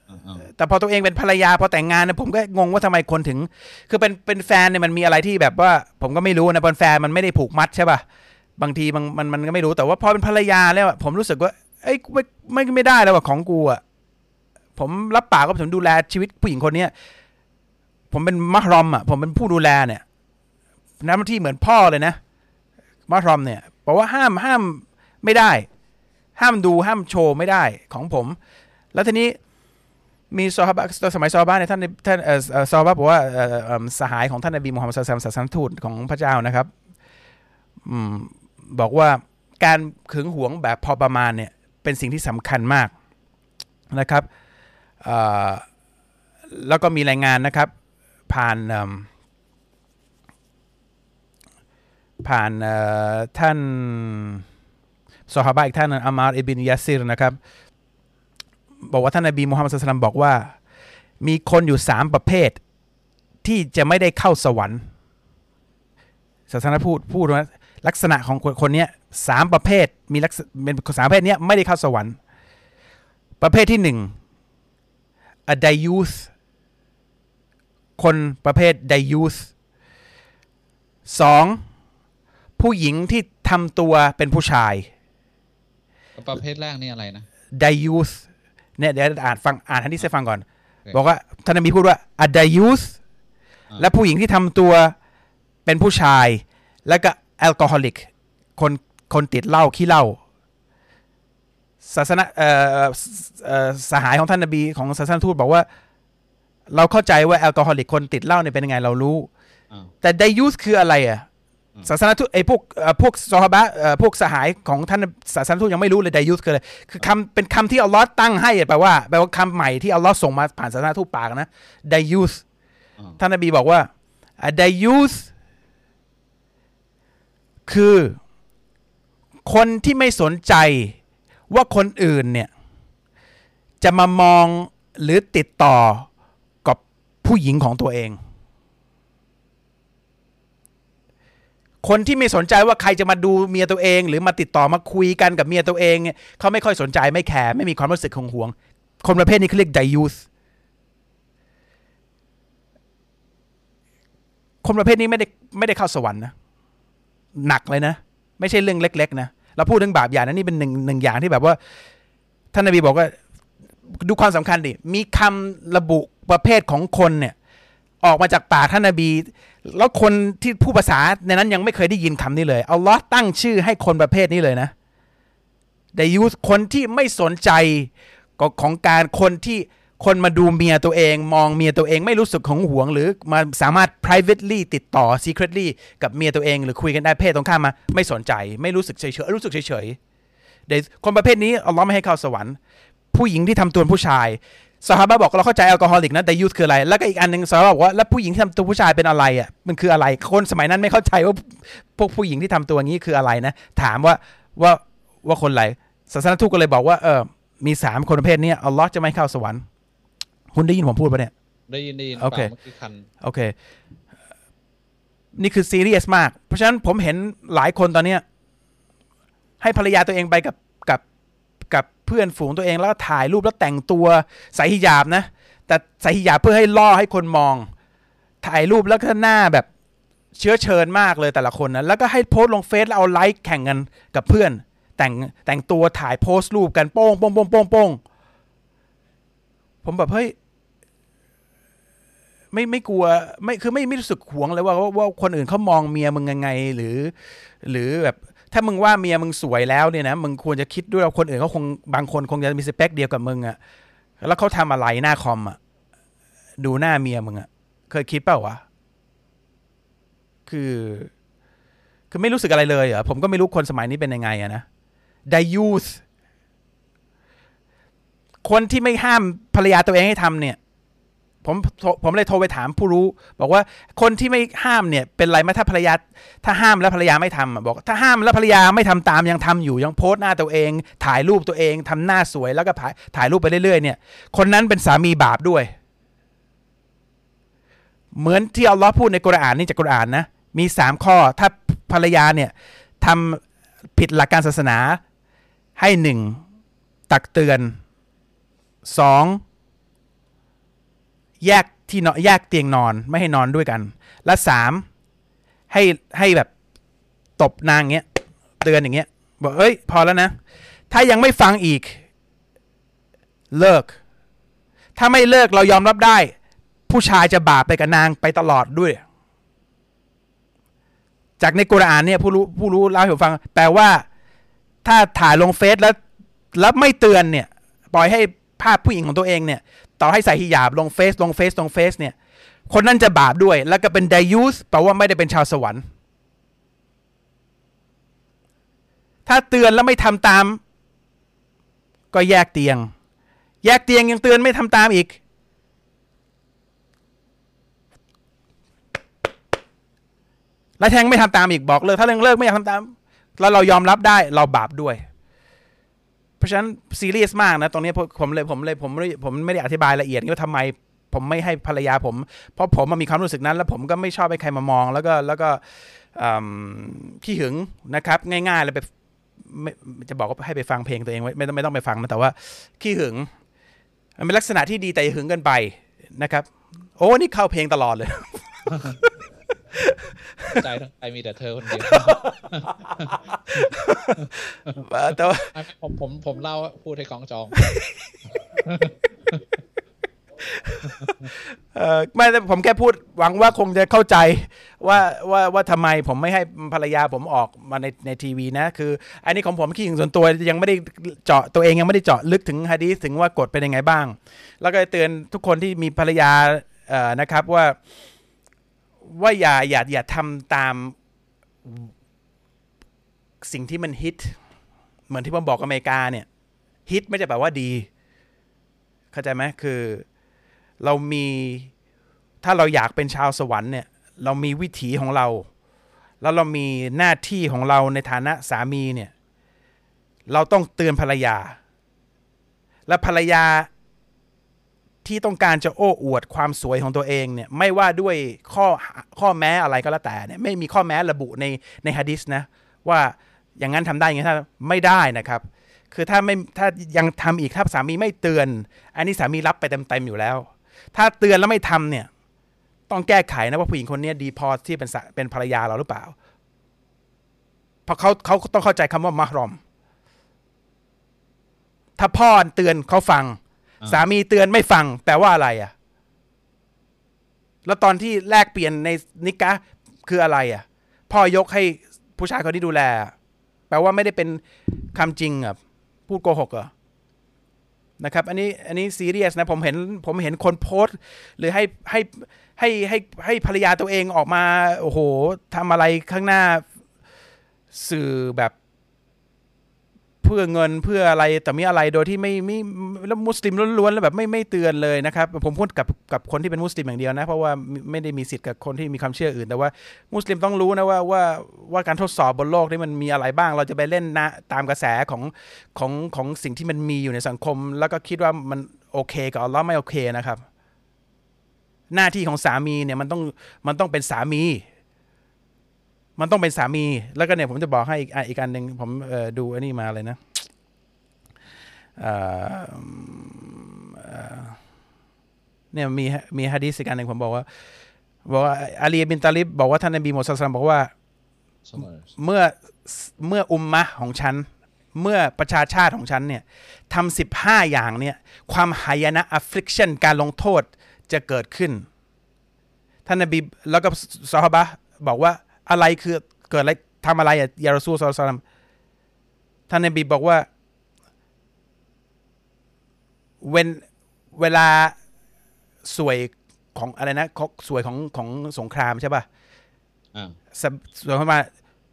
แต่พอตัวเองเป็นภรรยาพอแต่งงานเนี่ยผมก็งงว่าทำไมคนถึงคือเป็นแฟนเนี่ยมันมีอะไรที่แบบว่าผมก็ไม่รู้นะเป็นแฟนมันไม่ได้ผูกมัดใช่ป่ะบางทีมันก็ไม่รู้แต่ว่าพอเป็นภรรยาแล้วผมรู้สึกว่าเอ้ยไม่ได้แล้วว่าของกูอ่ะผมรับปากว่าผมดูแลชีวิตผู้หญิงคนนี้ผมเป็นมะรอมอ่ะผมเป็นผู้ดูแลเนี่ยหน้าที่เหมือนพ่อเลยนะมะรอมเนี่ยบอกว่าห้ามไม่ได้ห้ามดูห้ามโชว์ไม่ได้ของผมแล้วทีนี้มีซอฮาบะสมัยซอฮาบะเนี่ยท่านซอฮาบะบอกว่าสหายของท่านนบีมุฮัมมัดศ็อลลัลลอฮุอะลัยฮิวะซัลลัมศาสนทูตของพระเจ้านะครับบอกว่าการขึงหวงแบบพอประมาณเนี่ยเป็นสิ่งที่สำคัญมากนะครับแล้วก็มีรายงานนะครับผ่านท่านซอฮาบะอีกท่านอามาร์อิบินยาซิรนะครับบอกว่าท่านนบีมุฮัมมัดศ็อลลัลลอฮุอะลัยฮิวะซัลลัมบอกว่ามีคนอยู่3ประเภทที่จะไม่ได้เข้าสวรรค์ศาสนาพูดว่าลักษณะของคนนี้3ประเภทมีลักษณะเป็น3ประเภทนี้ไม่ได้เข้าสวรรค์ประเภทที่1อะไดยูสคนประเภทไดยูส2ผู้หญิงที่ทำตัวเป็นผู้ชายประเภทแรกนี่อะไรนะไดยูสเนี่ยเดี๋ยวอ่านฮะดีษให้ฟังก่อนบอกว่าท่านนบีพูดว่าอะไดยูสและผู้หญิงที่ทำตัวเป็นผู้ชายแล้วก็แอลกอฮอลิกคนติดเหล้าขี้เหล้าศาสนาสหายของท่านนบีของศาสนทูตบอกว่าเราเข้าใจว่าแอลกอฮอลิกคนติดเหล้าเนี่ยเป็นยังไงเรารู้แต่ไดยูสคืออะไรอ่ะศาสนาทูตพวกซอฮาบะพวกสหายของท่านศาสนาทูตยังไม่รู้เลยไดยูสคืออะไรคือเป็นคำที่อัลลอฮ์ตั้งให้แปลว่าคำใหม่ที่อัลลอฮ์ส่งมาผ่านศาสนาทูตปากนะไดยูสท่านนบีบอกว่าไดยูสคือคนที่ไม่สนใจว่าคนอื่นเนี่ยจะมามองหรือติดต่อกับผู้หญิงของตัวเองคนที่ไม่สนใจว่าใครจะมาดูเมียตัวเองหรือมาติดต่อมาคุยกันกับเมียตัวเองเขาไม่ค่อยสนใจไม่แคร์ไม่มีความรู้สึกหวงคนประเภทนี้เขาเรียกไดยูสคนประเภทนี้ไม่ได้เข้าสวรรค์นะหนักเลยนะไม่ใช่เรื่องเล็กๆนะเราพูดถึงบาปอย่างนั้นนี่เป็นหนึ่งอย่างที่แบบว่าท่านนบีบอกว่าดูความสำคัญดิมีคำระบุประเภทของคนเนี่ยออกมาจากปากท่านนบีแล้วคนที่ผู้ภาษาในนั้นยังไม่เคยได้ยินคำนี้เลยอัลลอฮ์ตั้งชื่อให้คนประเภทนี้เลยนะไดยูสคนที่ไม่สนใจของการคนมาดูเมียตัวเองมองเมียตัวเองไม่รู้สึกของหวงหรือมาสามารถ privately ติดต่อ secretly กับเมียตัวเองหรือคุยกันได้เพศตรงข้ามมาไม่สนใจไม่รู้สึกเฉยๆรู้สึกเฉยๆเดี๋ยวคนประเภทนี้อัลลอฮ์ไม่ให้เข้าสวรรค์ผู้หญิงที่ทำตัวผู้ชายซอฮาบะบอกเราเข้าใจแอลกอฮอลิกนะแต่ยูสคืออะไรแล้วก็อีกอันนึงซอฮาบะบอกว่าแล้วผู้หญิงที่ทำตัวผู้ชายเป็นอะไรอ่ะมันคืออะไรคนสมัยนั้นไม่เข้าใจว่าพวกผู้หญิงที่ทำตัวอย่างนี้คืออะไรนะถามว่าคนไหนศาสนทูตก็เลยบอกว่ามี3คนประเภทนี้อัลลอฮ์จะไม่เข้าสวรรค์คุณได้ยินผมพูดปะเนี่ยได้ยินโอเคโอเคนี่คือซีเรียสมากเพราะฉะนั้นผมเห็นหลายคนตอนนี้ให้ภรรยาตัวเองไปกับเพื่อนฝูงตัวเองแล้วก็ถ่ายรูปแล้วแต่งตัวใส่ฮิญาบนะแต่ใส่ฮิญาบเพื่อให้ล่อให้คนมองถ่ายรูปแล้วก็หน้าแบบเชื้อเชิญมากเลยแต่ละคนนะแล้วก็ให้โพสต์ลงเฟซแล้วเอาไลค์แข่งกันกับเพื่อนแต่งตัวถ่ายโพสต์รูปกันโป้งผมแบบเฮ้ยไม่กลัวคือไม่รู้สึกหวงเลยว่าคนอื่นเขามองเมียมึงยังไงหรือแบบถ้ามึงว่าเมียมึงสวยแล้วเนี่ยนะมึงควรจะคิดด้วยว่าคนอื่นเขาคงบางคนคงจะมีสเปคเดียวกับมึงอะแล้วเขาทำอะไรหน้าคอมอะดูหน้าเมียมึงอะเคยคิดเปล่าวะคือไม่รู้สึกอะไรเลยเหรอผมก็ไม่รู้คนสมัยนี้เป็นยังไงอะนะไดยูสคนที่ไม่ห้ามภรรยาตัวเองให้ทำเนี่ยผมเลยโทรไปถามผู้รู้บอกว่าคนที่ไม่ห้ามเนี่ยเป็นไรไหมถ้าห้ามแล้วภรรยาไม่ทำบอกถ้าห้ามแล้วภรรยาไม่ทำตามยังทำอยู่ยังโพสต์หน้าตัวเองถ่ายรูปตัวเองทำหน้าสวยแล้วก็ถ่ายรูปไปเรื่อยๆเนี่ยคนนั้นเป็นสามีบาปด้วยเหมือนที่อัลลอฮ์พูดในกุรอานนี่จากกุรอานนะมี3ข้อถ้าภรรยาเนี่ยทำผิดหลักการศาสนาให้1ตักเตือน2 แยกที่นอนแยกเตียงนอนไม่ให้นอนด้วยกันและ3ให้แบบตบนางเงี้ยเตือนอย่างเงี้ยบอกเอ้ยพอแล้วนะถ้ายังไม่ฟังอีกเลิกถ้าไม่เลิกเรายอมรับได้ผู้ชายจะบาปไปกับนางไปตลอดด้วยจากในกุรอานเนี่ยผู้รู้เล่าให้ผมฟังแปลว่าถ้าถ่ายลงเฟซแล้วไม่เตือนเนี่ยปล่อยให้ภาพผู้หญิงของตัวเองเนี่ยต่อให้ใส่ฮิญาบลงเฟซเนี่ยคนนั้นจะบาปด้วยแล้วก็เป็นไดยูสแปลว่าไม่ได้เป็นชาวสวรรค์ถ้าเตือนแล้วไม่ทำตามก็แยกเตียงยังเตือนไม่ทำตามอีกแล้วแทงไม่ทำตามอีกบอกเลยถ้าเลิกไม่อยากทำตามแล้วเรายอมรับได้เราบาปด้วยเพราะฉะนั้นซีเรียสมากนะตรงนี้ผมไม่ได้อธิบายละเอียดว่าทำไมผมไม่ให้ภรรยาผมเพราะผมมีความรู้สึกนั้นแล้วผมก็ไม่ชอบให้ใครมามองแล้วก็ขี้หึงนะครับง่ายๆเลยไปจะบอกว่าให้ไปฟังเพลงตัวเองไม่ต้องไปฟังนะแต่ว่าขี้หึงมันเป็นลักษณะที่ดีแต่อย่าหึงเกินไปนะครับโอ้นี่เข้าเพลงตลอดเลยใจทั้งใจมีแต่เธอคนเดียวแต่ว่าผมเล่าพูดให้กองจองไม่แต่ผมแค่พูดหวังว่าคงจะเข้าใจว่าทำไมผมไม่ให้ภรรยาผมออกมาในทีวีนะคืออันนี้ของผมขี้หึงส่วนตัวยังไม่ได้เจาะตัวเองยังไม่ได้เจาะลึกถึงหะดีษถึงว่ากฎเป็นยังไงบ้างแล้วก็เตือนทุกคนที่มีภรรยานะครับว่าอย่าทำตามสิ่งที่มันฮิตเหมือนที่ผมบอกอเมริกาเนี่ยฮิตไม่ใช่แปลว่าดีเข้าใจไหมคือเรามีถ้าเราอยากเป็นชาวสวรรค์เนี่ยเรามีวิถีของเราแล้วเรามีหน้าที่ของเราในฐานะสามีเนี่ยเราต้องเตือนภรรยาและภรรยาที่ต้องการจะโอ้อวดความสวยของตัวเองเนี่ยไม่ว่าด้วยข้อแม้อะไรก็แล้วแต่เนี่ยไม่มีข้อแม้ระบุในหะดีษนะว่าอย่างนั้นทำได้อย่างนี้ถ้าไม่ได้นะครับคือถ้ายังทำอีกถ้าสามีไม่เตือนอันนี้สามีรับไปเต็มอยู่แล้วถ้าเตือนแล้วไม่ทำเนี่ยต้องแก้ไขนะว่าผู้หญิงคนนี้ดีพอที่เป็นภรรยาเราหรือเปล่าเพราะเขาต้องเข้าใจคำว่ามะฮรอมถ้าพ่อเตือนเขาฟังสามีเตือนไม่ฟังแปลว่าอะไรอ่ะแล้วตอนที่แลกเปลี่ยนในนิกะห์คืออะไรอ่ะพ่อยกให้ผู้ชายคนที่ดูแลแปลว่าไม่ได้เป็นคำจริงอ่ะพูดโกหกอ่ะนะครับอันนี้ซีเรียสนะผมเห็นคนโพสต์หรือให้ภรรยาตัวเองออกมาโอ้โหทำอะไรข้างหน้าสื่อแบบเพื่อเงินเพื่ออะไรแต่มีอะไรโดยที่ไม่แล้วมุสลิมล้วนๆแล้วแบบไม่เตือนเลยนะครับผมพูดกับคนที่เป็นมุสลิมอย่างเดียวนะเพราะว่าไม่ได้มีสิทธิ์กับคนที่มีความเชื่ออื่นแต่ว่ามุสลิมต้องรู้นะว่าการทดสอบบนโลกนี่มันมีอะไรบ้างเราจะไปเล่นนะตามกระแสของสิ่งที่มันมีอยู่ในสังคมแล้วก็คิดว่ามันโอเคกับอัลเลาะห์ไม่โอเคนะครับหน้าที่ของสามีเนี่ยมันต้องเป็นสามีมันต้องเป็นสามีแล้วก็เนี่ยผมจะบอกให้อีกอันหนึ่งผมดูอันนี้มาเลยนะเนี่ยมีหะดีษอีกอันหนึ่งผมบอกว่าอาลีบินตาลิบบอกว่าท่านนบีมูฮัมมัดศ็อลลัลลอฮุอะลัยฮิวะซัลลัมบอกว่าเมื่ออุมมะห์ของฉันเมื่อประชาชาติของฉันเนี่ยทำ15อย่างเนี่ยความหายนะ affliction การลงโทษจะเกิดขึ้นท่านนบีแล้วก็ซอฮาบะห์บอกว่าอะไรคือเกิดอะไรทำอะไรอ่ะยารอซูลศ็อลลัลลอฮุอะลัยฮิวะซัลลัมท่านนบีบอกว่าเวลาสวยของอะไรนะสวยของสงครามใช่ป่ะสวยเข้ามา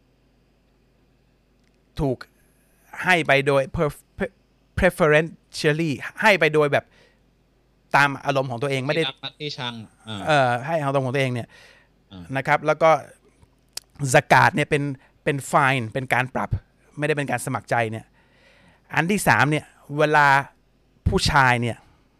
ถูกให้ไปโดย preferentially ให้ไปโดยแบบตามอารมณ์ของตัวเองไม่ได้ที่ชังให้อารมณ์ของตัวเองเนี่ยนะครับแล้วก็ซะกาตเนี่ยเป็นไฟน์เป็นการปรับไม่ได้เป็นการสมัครใจเนี่ยอันที่3เนี่ยเวลาผู้ชายเนี่ย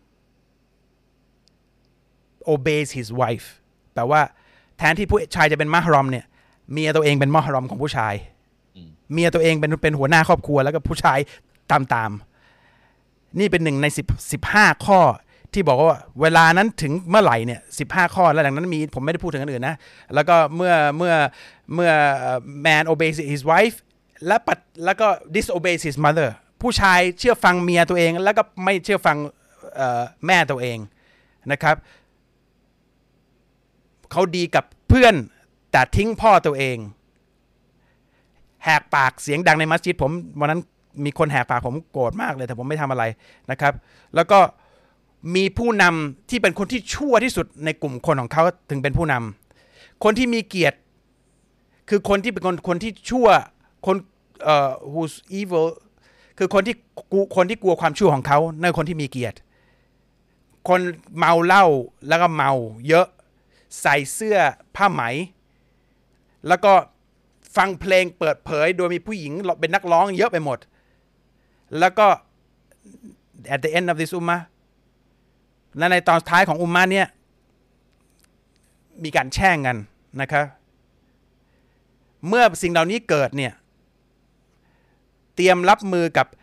obeys his wife แปลว่าแทนที่ผู้ชายจะเป็นมะฮรอมเนี่ยเมียตัวเองเป็นมะฮรอมของผู้ชายเมียตัวเองเป็นหัวหน้าครอบครัวแล้วก็ผู้ชายตามนี่เป็นหนึ่งใน15ข้อที่บอกว่าเวลานั้นถึงเมื่อไหร่เนี่ย15 ข้อแล้วดังนั้นมีผมไม่ได้พูดถึงอันอื่นนะแล้วก็เมื่อ man obeys his wife แล้วก็ disobeys his mother ผู้ชายเชื่อฟังเมียตัวเองแล้วก็ไม่เชื่อฟังแม่ตัวเองนะครับเขาดีกับเพื่อนแต่ทิ้งพ่อตัวเองแหกปากเสียงดังในมัสยิดผมวันนั้นมีคนแหกปากผมโกรธมากเลยแต่ผมไม่ทำอะไรนะครับแล้วก็มีผู้นำที่เป็นคนที่ชั่วที่สุดในกลุ่มคนของเขาถึงเป็นผู้นำคนที่มีเกียรติคือคนที่เป็นคนที่ชั่วคนwho's evil คือคนที่กลัวความชั่วของเขานั่นคนที่มีเกียรติคนเมาเหล้าแล้วก็เมาเยอะใส่เสื้อผ้าไหมแล้วก็ฟังเพลงเปิดเผยโดยมีผู้หญิงเป็นนักร้องเยอะไปหมดแล้วก็ at the end of this อุมมะและในตอนท้ายของอุมมะเนี่ยมีการแช่งกันนะครับเมื่อสิ่งเหล่านี้เกิดเนี่ยเตรียมรับมือกับ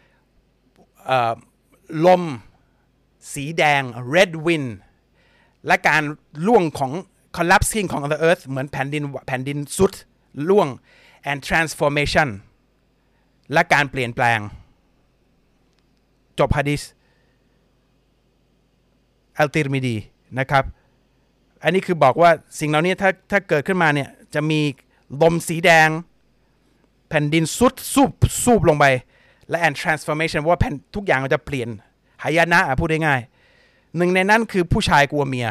ลมสีแดง red wind และการล่วงของ collapsing ของ the earth เหมือนแผ่นดินสุดล่วง and transformation และการเปลี่ยนแปลงจบหะดีษอัลติรมิดีนะครับอันนี้คือบอกว่าสิ่งเหล่านี้ถ้าเกิดขึ้นมาเนี่ยจะมีลมสีแดงแผ่นดินซูบลงไปและ and transformation ว่าทุกอย่างมันจะเปลี่ยนหายนะพูดได้ง่ายหนึ่งในนั้นคือผู้ชายกลัวเมีย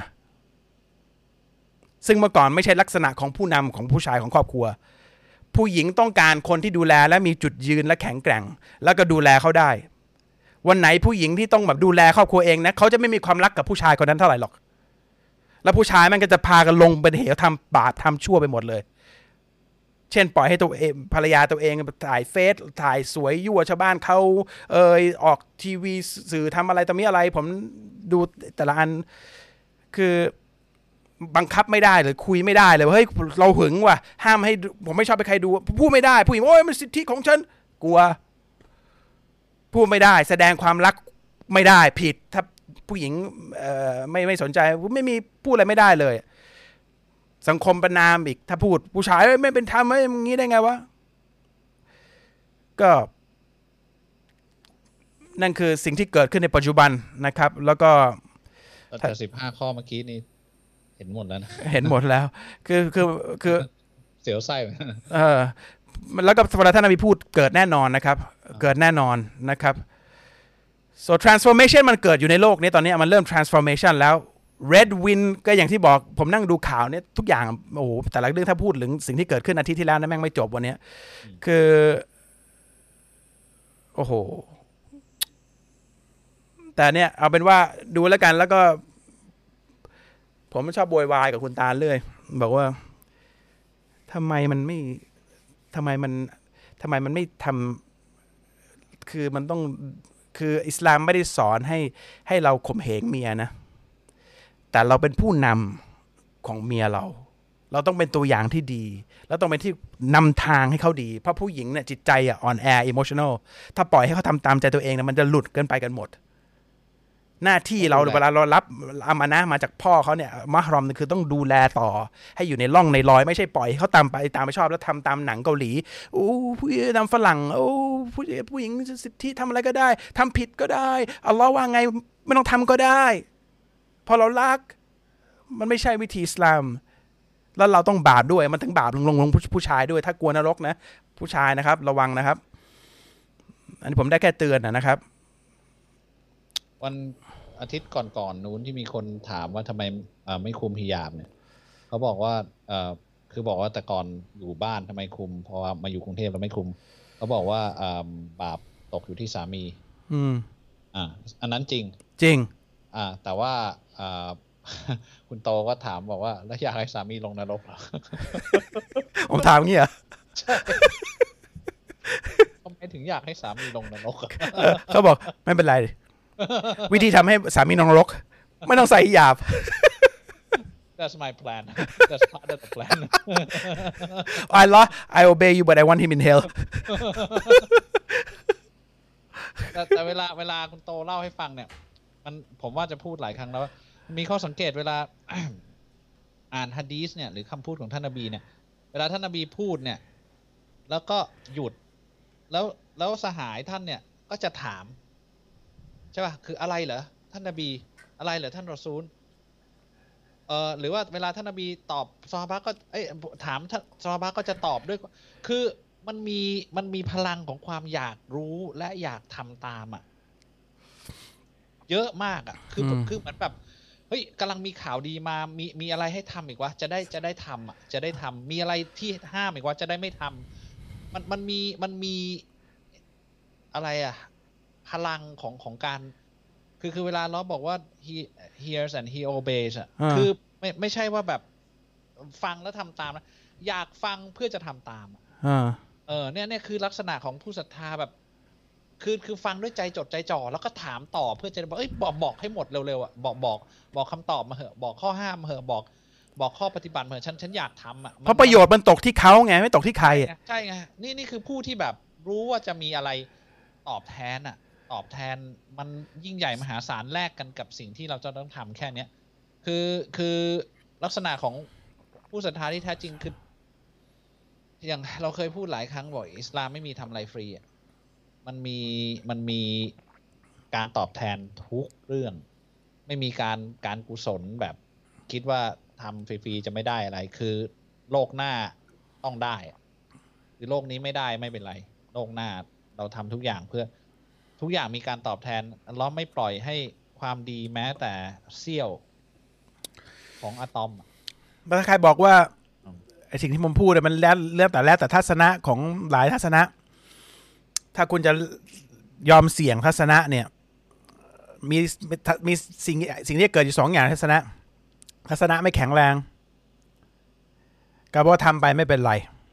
ซึ่งเมื่อก่อนไม่ใช่ลักษณะของผู้นำของผู้ชายของครอบครัวผู้หญิงต้องการคนที่ดูแลและมีจุดยืนและแข็งแกร่งแล้วก็ดูแลเขาได้วันไหนผู้หญิงที่ต้องแบบดูแลครอบครัวเองนะเขาจะไม่มีความรักกับผู้ชายคนนั้นเท่าไหร่หรอกแล้วผู้ชายมันก็จะพากันลงเป็นเหวทำบาปทำชั่วไปหมดเลยเช่นปล่อยให้ตัวเองภรรยาตัวเองถ่ายเฟซถ่ายสวยยั่วชาวบ้านเขาออกทีวีสื่อทำอะไรตรงนี้อะไรผมดูแต่ละอันคือบังคับไม่ได้เลยคุยไม่ได้เลยว่าเฮ้ยเราหึงว่ะห้ามให้ผมไม่ชอบไปใครดูพูดไม่ได้ผู้หญิงโอ้ยมันสิทธิของฉันกลัวพูดไม่ได้แสดงความรักไม่ได้ผิดถ้าผู้หญิงไม่สนใจไม่มีพูดอะไรไม่ได้เลยสังคมประนามอีกถ้าพูดผู้ชายไม่เป็นธรรมไม่อย่างนี้ได้ไงวะก็นั่นคือสิ่งที่เกิดขึ้นในปัจจุบันนะครับแล้วก็แต่15 ข้อเมื่อกี้นี่เห็นหมดแล้วนะเห็นหมดแล้วคือเสียวไส้แล้วก็เวลาท่านนบีพูดเกิดแน่นอนนะครับเกิดแน่นอนนะครับ so transformation มันเกิดอยู่ในโลกนี้ตอนนี้มันเริ่ม transformation แล้ว red wind ก็อย่างที่บอกผมนั่งดูข่าวเนี่ยทุกอย่างโอ้โหแต่ละเรื่องถ้าพูดถึงสิ่งที่เกิดขึ้นอาทิตย์ที่แล้วนะแม่งไม่จบวันนี้คือโอ้โหแต่เนี่ยเอาเป็นว่าดูแล้วกันแล้วก็ผมชอบโวยวายกับคุณตาเรื่อยบอกว่าทำไมมันไม่ทำคือมันต้องคืออิสลามไม่ได้สอนให้เราข่มเหงเมียนะแต่เราเป็นผู้นำของเมียเราต้องเป็นตัวอย่างที่ดีแล้วต้องเป็นที่นำทางให้เขาดีเพราะผู้หญิงเนี่ยจิตใจอ่อนแอ emotional ถ้าปล่อยให้เขาทำตามใจตัวเองนะมันจะหลุดเกินไปกันหมดหน้าที่เราเวลาเรารับอามานะห์มาจากพ่อเขาเนี่ยมะฮรอมคือต้องดูแลต่อให้อยู่ในร่องในรอยไม่ใช่ปล่อยเขาตามไปชอบแล้วทำตามหนังเกาหลีโอ้ผู้หญิงตามฝรั่งโอ้ผู้หญิงสิทธิทำอะไรก็ได้ทำผิดก็ได้อัลเลาะห์ว่าไงไม่ต้องทำก็ได้พอเรารักมันไม่ใช่วิธีอิสลามแล้วเราต้องบาปด้วยมันถึงบาปลงผู้ชายด้วยถ้ากลัวนรกนะผู้ชายนะครับระวังนะครับอันนี้ผมได้แค่เตือนนะครับวันอาทิตย์ก่อนนู้นที่มีคนถามว่าทำไมไม่คุมฮิญาบเนี่ยเขาบอกว่าคือบอกว่าแต่ก่อนอยู่บ้านทำไมคุมพอมาอยู่กรุงเทพแล้วไม่คุมเขาบอกว่าบาปตกอยู่ที่สามีอันนั้นจริงแต่ว่าคุณโตก็ถามบอกว่าแล้วอยากให้สามีลงนรกเหรอผมถามงี้เหรอใช่ทำไมถึงอยากให้สามีลงนรกเขาบอกไม่เป็นไรวิธีทำให้สามีลงนรกไม่ต้องใส่ฮิญาบ That's my plan. That's part of the plan. Allah, I obey you, but I want him in hell. แต่เวลาคุณโตเล่าให้ฟังเนี่ยผมว่าจะพูดหลายครั้งแล้วมีข้อสังเกตเวลา อ่านฮะดีษเนี่ยหรือคำพูดของท่านนบีเนี่ยเวลาท่านนบีพูดเนี่ยแล้วก็หยุดแล้วสหายท่านเนี่ยก็จะถามใช่ป่ะคืออะไรเหรอท่านนบีอะไรเหรอท่านรอซูลหรือว่าเวลาท่านนบีตอบซอฮาบะห์ก็ถามซอฮาบะห์ก็จะตอบด้วยคือมันมีพลังของความอยากรู้และอยากทำตามอ่ะเยอะมากอ่ะคือเหมือนแบบเฮ้ยกำลังมีข่าวดีมามีอะไรให้ทำอีกวะจะได้ทำอ่ะจะได้ทำมีอะไรที่ห้ามอีกวะจะได้ไม่ทำมันมีอะไรอ่ะพลังของการคือเวลาเราบอกว่า he hears and he obeys อ่ะคือไม่ใช่ว่าแบบฟังแล้วทำตามนะอยากฟังเพื่อจะทำตามเนี่ยคือลักษณะของผู้ศรัทธาแบบคือฟังด้วยใจจดใจจ่อแล้วก็ถามต่อเพื่อจะบอกให้หมดเร็วๆอ่ะบอกคำตอบมาเหอะบอกข้อห้ามมาเหอะบอกข้อปฏิบัติมาเหอะฉันอยากทำอ่ะเพราะประโยชน์มันตกที่เขาไงไม่ตกที่ใครใช่ไงนี่คือผู้ที่แบบรู้ว่าจะมีอะไรตอบแทนอ่ะตอบแทนมันยิ่งใหญ่มหาศาลแลกกันกับสิ่งที่เราจะต้องทำแค่นี้คือลักษณะของผู้ศรัทธาที่แท้จริงคืออย่างเราเคยพูดหลายครั้งบอกอิสลามไม่มีทำอะไรฟรีอ่ะมันมีการตอบแทนทุกเรื่องไม่มีการกุศลแบบคิดว่าทำฟรีๆจะไม่ได้อะไรคือโลกหน้าต้องได้คือโลกนี้ไม่ได้ไม่เป็นไรโลกหน้าเราทำทุกอย่างเพื่อทุกอย่างมีการตอบแทนเราไม่ปล่อยให้ความดีแม้แต่เสี้ยวของอะตอมถ้าใครบอกว่าไอสิ่งที่ผมพูดมันแล้วแต่ทัศนะของหลายทัศนะถ้าคุณจะยอมเสี่ยงทัศนะเนี่ยมีสิ่งที่เกิดอยู่2อย่างทัศนะไม่แข็งแรงก็บอกทำไปไม่เป็นไร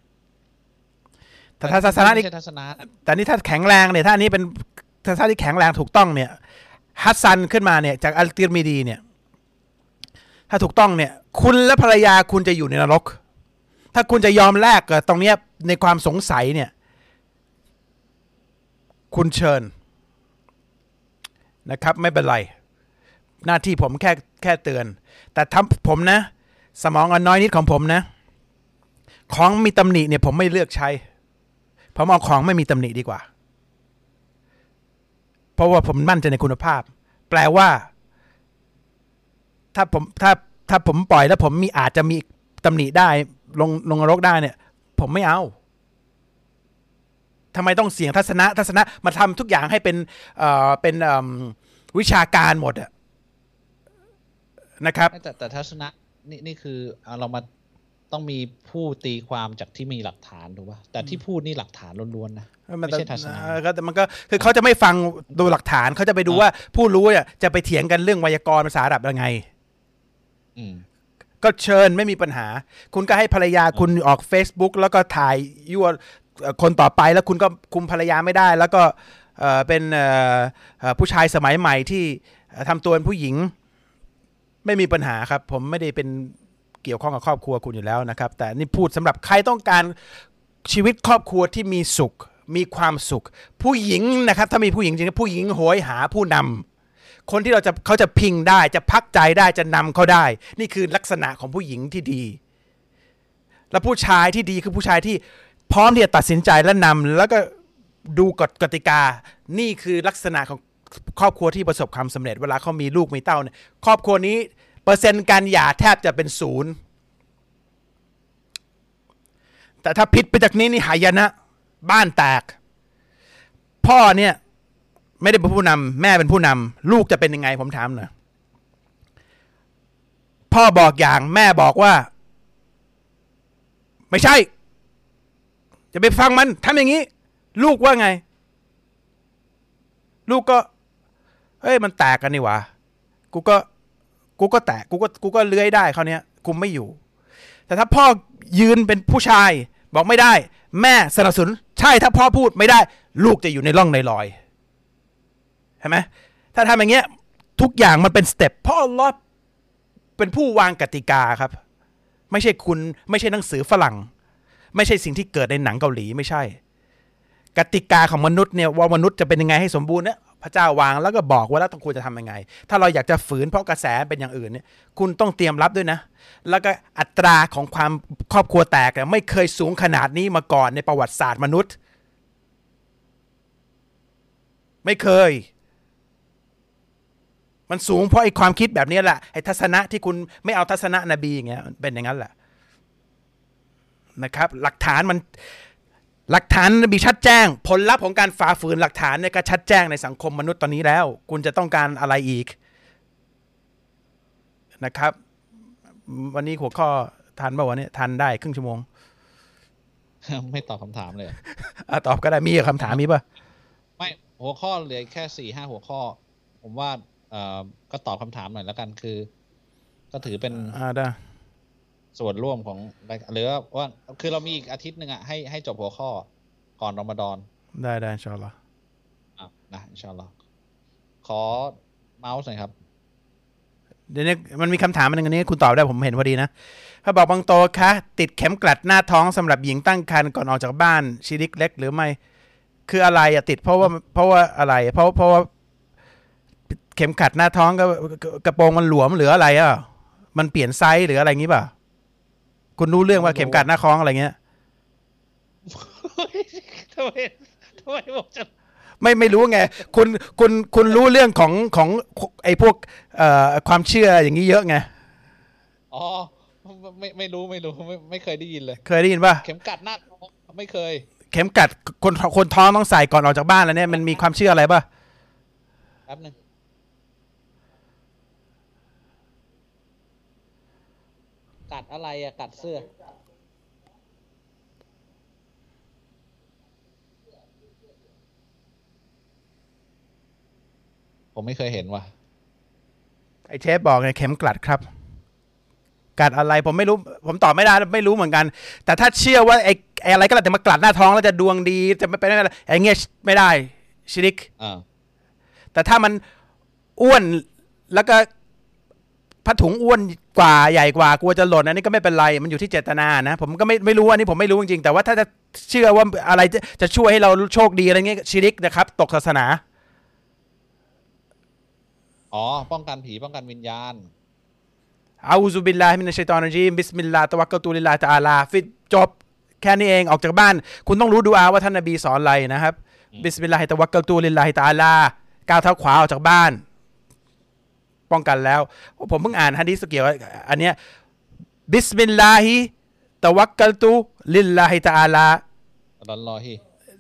แต่ทัศนะนี่แต่นี่ถ้าแข็งแรงเนี่ยถ้านี้เป็นทัศนะที่แข็งแรงถูกต้องเนี่ยฮัสซันขึ้นมาเนี่ยจากอัลติรมิดีเนี่ยถ้าถูกต้องเนี่ยคุณและภรรยาคุณจะอยู่ในนรกถ้าคุณจะยอมแลกกับตรงนี้ในความสงสัยเนี่ยคุณเชิญนะครับไม่เป็นไรหน้าที่ผมแค่เตือนแต่ทำผมนะสมองอันน้อยนิดของผมนะของมีตำหนิเนี่ยผมไม่เลือกใช้ผมเอาของไม่มีตำหนิดีกว่าเพราะว่าผมมั่นใจในคุณภาพแปลว่าถ้าผมปล่อยแล้วผมอาจจะมีตำหนิได้ลงนรกได้เนี่ยผมไม่เอาทำไมต้องเสี่ยงทัศนะมาทำทุกอย่างให้เป็นวิชาการหมดอะนะครับแต่ทัศนะนี่คือเรามาต้องมีผู้ตีความจากที่มีหลักฐานถูกป่ะแต่ที่พูดนี่หลักฐานล้วนๆนะไม่ใช่ทัศนะมันก็คือเขาจะไม่ฟังดูหลักฐานเขาจะไปดูว่าผู้รู้เนี่ยจะไปเถียงกันเรื่องไวยากรณ์ภาษาอาหรับยังไงก็เชิญไม่มีปัญหาคุณก็ให้ภรรยาคุณออก Facebook แล้วก็ถ่ายยั่วคนต่อไปแล้วคุณก็คุมภรรยาไม่ได้แล้วก็เป็นผู้ชายสมัยใหม่ที่ทำตัวเป็นผู้หญิงไม่มีปัญหาครับผมไม่ได้เป็นเกี่ยวข้องกับครอบครัวคุณอยู่แล้วนะครับแต่นี่พูดสำหรับใครต้องการชีวิตครอบครัวที่มีสุขมีความสุขผู้หญิงนะครับถ้ามีผู้หญิงจริงผู้หญิงโหยหาผู้นำคนที่เขาจะพิงได้จะพักใจได้จะนำเขาได้นี่คือลักษณะของผู้หญิงที่ดีและผู้ชายที่ดีคือผู้ชายที่พร้อมที่จะตัดสินใจและนำแล้วก็ดูกติกานี่คือลักษณะของครอบครัวที่ประสบความสำเร็จเวลาเขามีลูกมีเต้าเนี่ยครอบครัวนี้เปอร์เซ็นต์การหย่าแทบจะเป็น0แต่ถ้าผิดไปจากนี้นี่หายนะบ้านแตกพ่อเนี่ยไม่ได้เป็นผู้นำแม่เป็นผู้นำลูกจะเป็นยังไงผมถามหน่อยพ่อบอกอย่างแม่บอกว่าไม่ใช่จะไปฟังมันทำอย่างนี้ลูกว่าไงลูกก็เฮ้ยมันแตกกันนี่หว่ากูก็แตกกูก็เลื้อยได้คราวนี้คุมไม่อยู่แต่ถ้าพ่อยืนเป็นผู้ชายบอกไม่ได้แม่สนับสนุนใช่ถ้าพ่อพูดไม่ได้ลูกจะอยู่ในร่องในรอยเห็นไหมถ้าทำอย่างเงี้ยทุกอย่างมันเป็นสเต็ปพ่ออัลเลาะห์เป็นผู้วางกติกาครับไม่ใช่คุณไม่ใช่หนังสือฝรั่งไม่ใช่สิ่งที่เกิดในหนังเกาหลีไม่ใช่กติกาของมนุษย์เนี่ยว่ามนุษย์จะเป็นยังไงให้สมบูรณ์เนี่ยพระเจ้าวางแล้วก็บอกว่าแล้วต้องควรจะทำยังไงถ้าเราอยากจะฝืนเพราะกระแสเป็นอย่างอื่นเนี่ยคุณต้องเตรียมรับด้วยนะแล้วก็อัตราของความครอบครัวแตกเนี่ยไม่เคยสูงขนาดนี้มาก่อนในประวัติศาสตร์มนุษย์ไม่เคยมันสูงเพราะไอ้ความคิดแบบนี้แหละไอ้ทัศนะที่คุณไม่เอาทัศนะนบีอย่างเงี้ยเป็นอย่างนั้นแหละนะครับหลักฐานนบีชัดแจ้งผลลัพธ์ของการฝ่าฝืนหลักฐานเนี่ยก็ชัดแจ้งในสังคมมนุษย์ตอนนี้แล้วคุณจะต้องการอะไรอีกนะครับวันนี้หัวข้อทันป่าววันนี้ทันได้ครึ่งชั่วโมงไม่ตอบคำถามเลยตอบก็ได้มีคำถามมีป่ะไม่หัวข้อเหลือแค่4-5หัวข้อผมว่าก็ตอบคำถามหน่อยแล้วกันคือก็ถือเป็นได้ส่วนร่วมของหรือว่าคือเรามีอีกอาทิตย์นึงอ่ะให้จบหัวข้อก่อนรอมฎอนได้อินชาอัลลอฮ์นะอินชาอัลลอฮ์ขอเมาส์หน่อยครับเดี๋ยวนี้มันมีคำถามอันนึงอันนี้คุณตอบได้ผมเห็นพอดีนะเขาบอกบางโตคะติดเข็มกลัดหน้าท้องสำหรับหญิงตั้งครรภ์ก่อนออกจากบ้านชิริกเล็กหรือไม่คืออะไรอะติดเพราะว่าอะไรเพราะว่าเข็มขัดหน้าท้องก็กระโปรงมันหลวมหรืออะไรอ่ะมันเปลี่ยนไซส์หรืออะไรงี้ป่ะคุณรู้เรื่องว่าเข็มขัดหน้าท้องอะไรเงี้ยทำไมบอกจะไม่รู้ไงคุณรู้เรื่องของไอ้พวกความเชื่ออย่างนี้เยอะไงอ๋อไม่รู้ไม่เคยได้ยินเลยเคยได้ยินป่ะเข็มกัดหน้าท้องไม่เคยเข็มกัดคนท้องต้องใส่ก่อนออกจากบ้านแล้วเนี่ยมันมีความเชื่ออะไรป่ะแป๊บนึงกัดอะไรอะกัดเสื้อผมไม่เคยเห็นว่ะไอ้เชฟบอกไงเข็มกลัดครับกัดอะไรผมไม่รู้ผมตอบไม่ได้ไม่รู้เหมือนกันแต่ถ้าเชื่อว่าไอ้อะไรก็แล้วแต่มากลัดหน้าท้องแล้วจะดวงดีจะไม่เป็นอะไรไอ้เงี้ยไม่ได้ชิริกแต่ถ้ามันอ้วนแล้วก็ผ้าถุงอ้วนกว่าใหญ่กว่ากลัวจะหล่นอันนี้ก็ไม่เป็นไรมันอยู่ที่เจตนานะผมก็ไม่รู้อันนี้ผมไม่รู้จริงๆแต่ว่าถ้าจะเชื่อว่าอะไรจะช่วยให้เราโชคดีอะไรเงี้ยชิริกนะครับตกศาสนาป้องกันผีป้องกันวิญญาณอาอูซุบิลลาฮิมินัชชัยฏอนิรเราะญีมบิสมิลลาฮิตะวักกะตุลิลลาฮิตะอาลาฟิจบแค่นี้เองออกจากบ้านคุณต้องรู้ดุอาว่าท่านนบีสอนอะไรนะครับบิสมิลลาฮิตะวักกะตุลิลลาฮิตะอาลาก้าวเท้าขวาออกจากบ้านป้องกันแล้วผมเพิ่งอ่านหะดีษเกี่ยวกับอันเนี้ยบิสมิลลาฮิตะวักกะตุลิลลาฮิตะอาลาอัลลอฮิ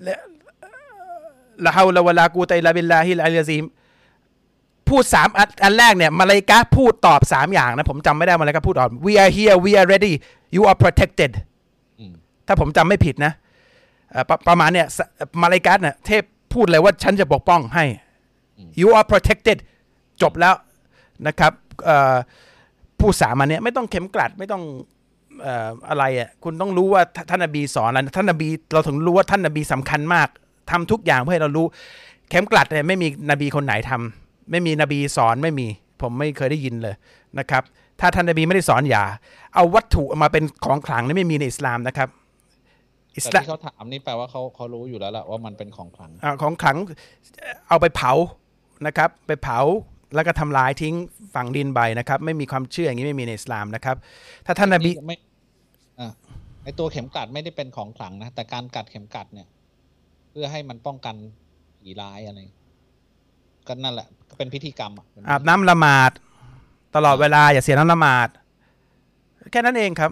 ลาฮาวละวะลากุวะตะอิลลาบิลลาฮิลอะลียะซีมพูด3อันแรกเนี่ยมาลาอิกะฮ์พูดตอบ3อย่างนะผมจำไม่ได้มาลาอิกะฮ์พูดตอบ we are here we are ready you are protected ถ้าผมจำไม่ผิดนะประมาณเนี่ยมาลาอิกะฮ์เนี่ยเทพพูดเลยว่าฉันจะปกป้องให้ you are protected จบแล้วนะครับพูด3อันเนี้ยไม่ต้องเข็มกลัดไม่ต้องอะไรอ่ะคุณต้องรู้ว่าท่านนบีสอนอะไรท่านนบีเราถึงรู้ว่าท่านนบีสำคัญมากทำทุกอย่างเพื่อให้เรารู้เข็มกลัดเนี่ยไม่มีนบีคนไหนทำไม่มีนบีสอนไม่มีผมไม่เคยได้ยินเลยนะครับถ้าท่านนบีไม่ได้สอนอย่าเอาวัตถุมาเป็นของขลังนี่ไม่มีในอิสลามนะครับแต่ที่เขาถามนี่แปลว่าเขารู้อยู่แล้วแหละว่ามันเป็นของขลังของขลังเอาไปเผานะครับไปเผาแล้วก็ทำลายทิ้งฝังดินไปนะครับไม่มีความเชื่ออย่างนี้ไม่มีในอิสลามนะครับถ้าท่านนบีไม่ไอตัวเข็มกลัดไม่ได้เป็นของขลังนะแต่การกัดเข็มกลัดเนี่ยเพื่อให้มันป้องกันผีร้ายอะไรก็นั่นแหละเป็นพิธีกรรมอาบน้ำละหมาดตลอดเวลาอย่าเสียน้ำละหมาดแค่นั้นเองครับ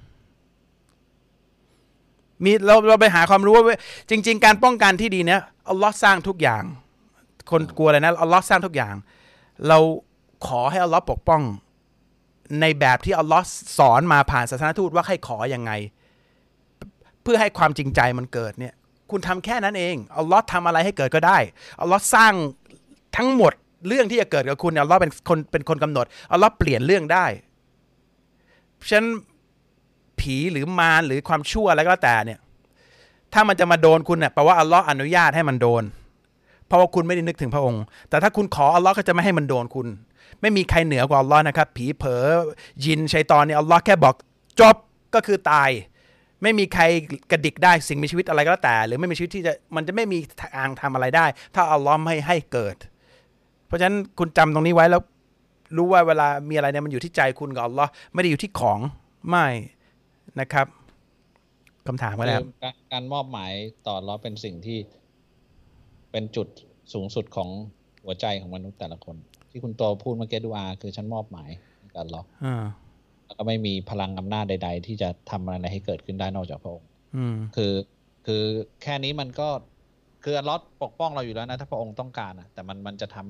มีเราไปหาความรู้ว่าจริงๆการป้องกันที่ดีเนี่ยอัลลอฮ์สร้างทุกอย่างคนกลัวอะไรนะอัลลอฮ์สร้างทุกอย่างเราขอให้อัลลอฮ์ปกป้องในแบบที่อัลลอฮ์สอนมาผ่านศาสนทูตว่าให้ขอยังไงเพื่อให้ความจริงใจมันเกิดเนี่ยคุณทำแค่นั้นเองอัลลอฮ์ทำอะไรให้เกิดก็ได้อัลลอฮ์สร้างทั้งหมดเรื่องที่จะเกิดกับคุณอัลลอฮ์เป็นคนกำหนดอัลลอฮ์เปลี่ยนเรื่องได้ฉะนั้นผีหรือมารหรือความชั่วอะไรก็แล้วแต่เนี่ยถ้ามันจะมาโดนคุณเนี่ยแปลว่าอัลลอฮ์อนุญาตให้มันโดนเพราะว่าคุณไม่ได้นึกถึงพระองค์แต่ถ้าคุณขออัลลอฮ์ก็จะไม่ให้มันโดนคุณไม่มีใครเหนือกว่าอัลลอฮ์นะครับผีเผลอยินชัยฏอนเนี่ยอัลลอฮ์แค่บอกจบก็คือตายไไม่มีใครกระดิกได้สิ่งมีชีวิตอะไรก็แล้วแต่หรือไม่มีชีวิตที่มันจะไม่มีทางทำอะไรได้ถ้าอัลลอฮ์ไม่ให้เกิดเพราะฉะนั้นคุณจำตรงนี้ไว้แล้วรู้ว่าเวลามีอะไรเนี่ยมันอยู่ที่ใจคุณกับอัลลอฮ์ไม่ได้อยู่ที่ของไม่นะครับคำถามก็แล้วการมอบหมายต่ออัลลอฮ์เป็นสิ่งที่เป็นจุดสูงสุดของหัวใจของมนุษย์แต่ละคนที่คุณโตพูดเมื่อกี้ดูอาคือฉันมอบหมายกับอัลลอฮ์แล้วก็ไม่มีพลังอำนาจใดๆที่จะทำอะไรให้เกิดขึ้นได้นอกจากพระองค์คือแค่นี้มันก็คืออัลลอฮ์ปกป้องเราอยู่แล้วนะถ้าพระองค์ต้องการนะแต่มันจะทำ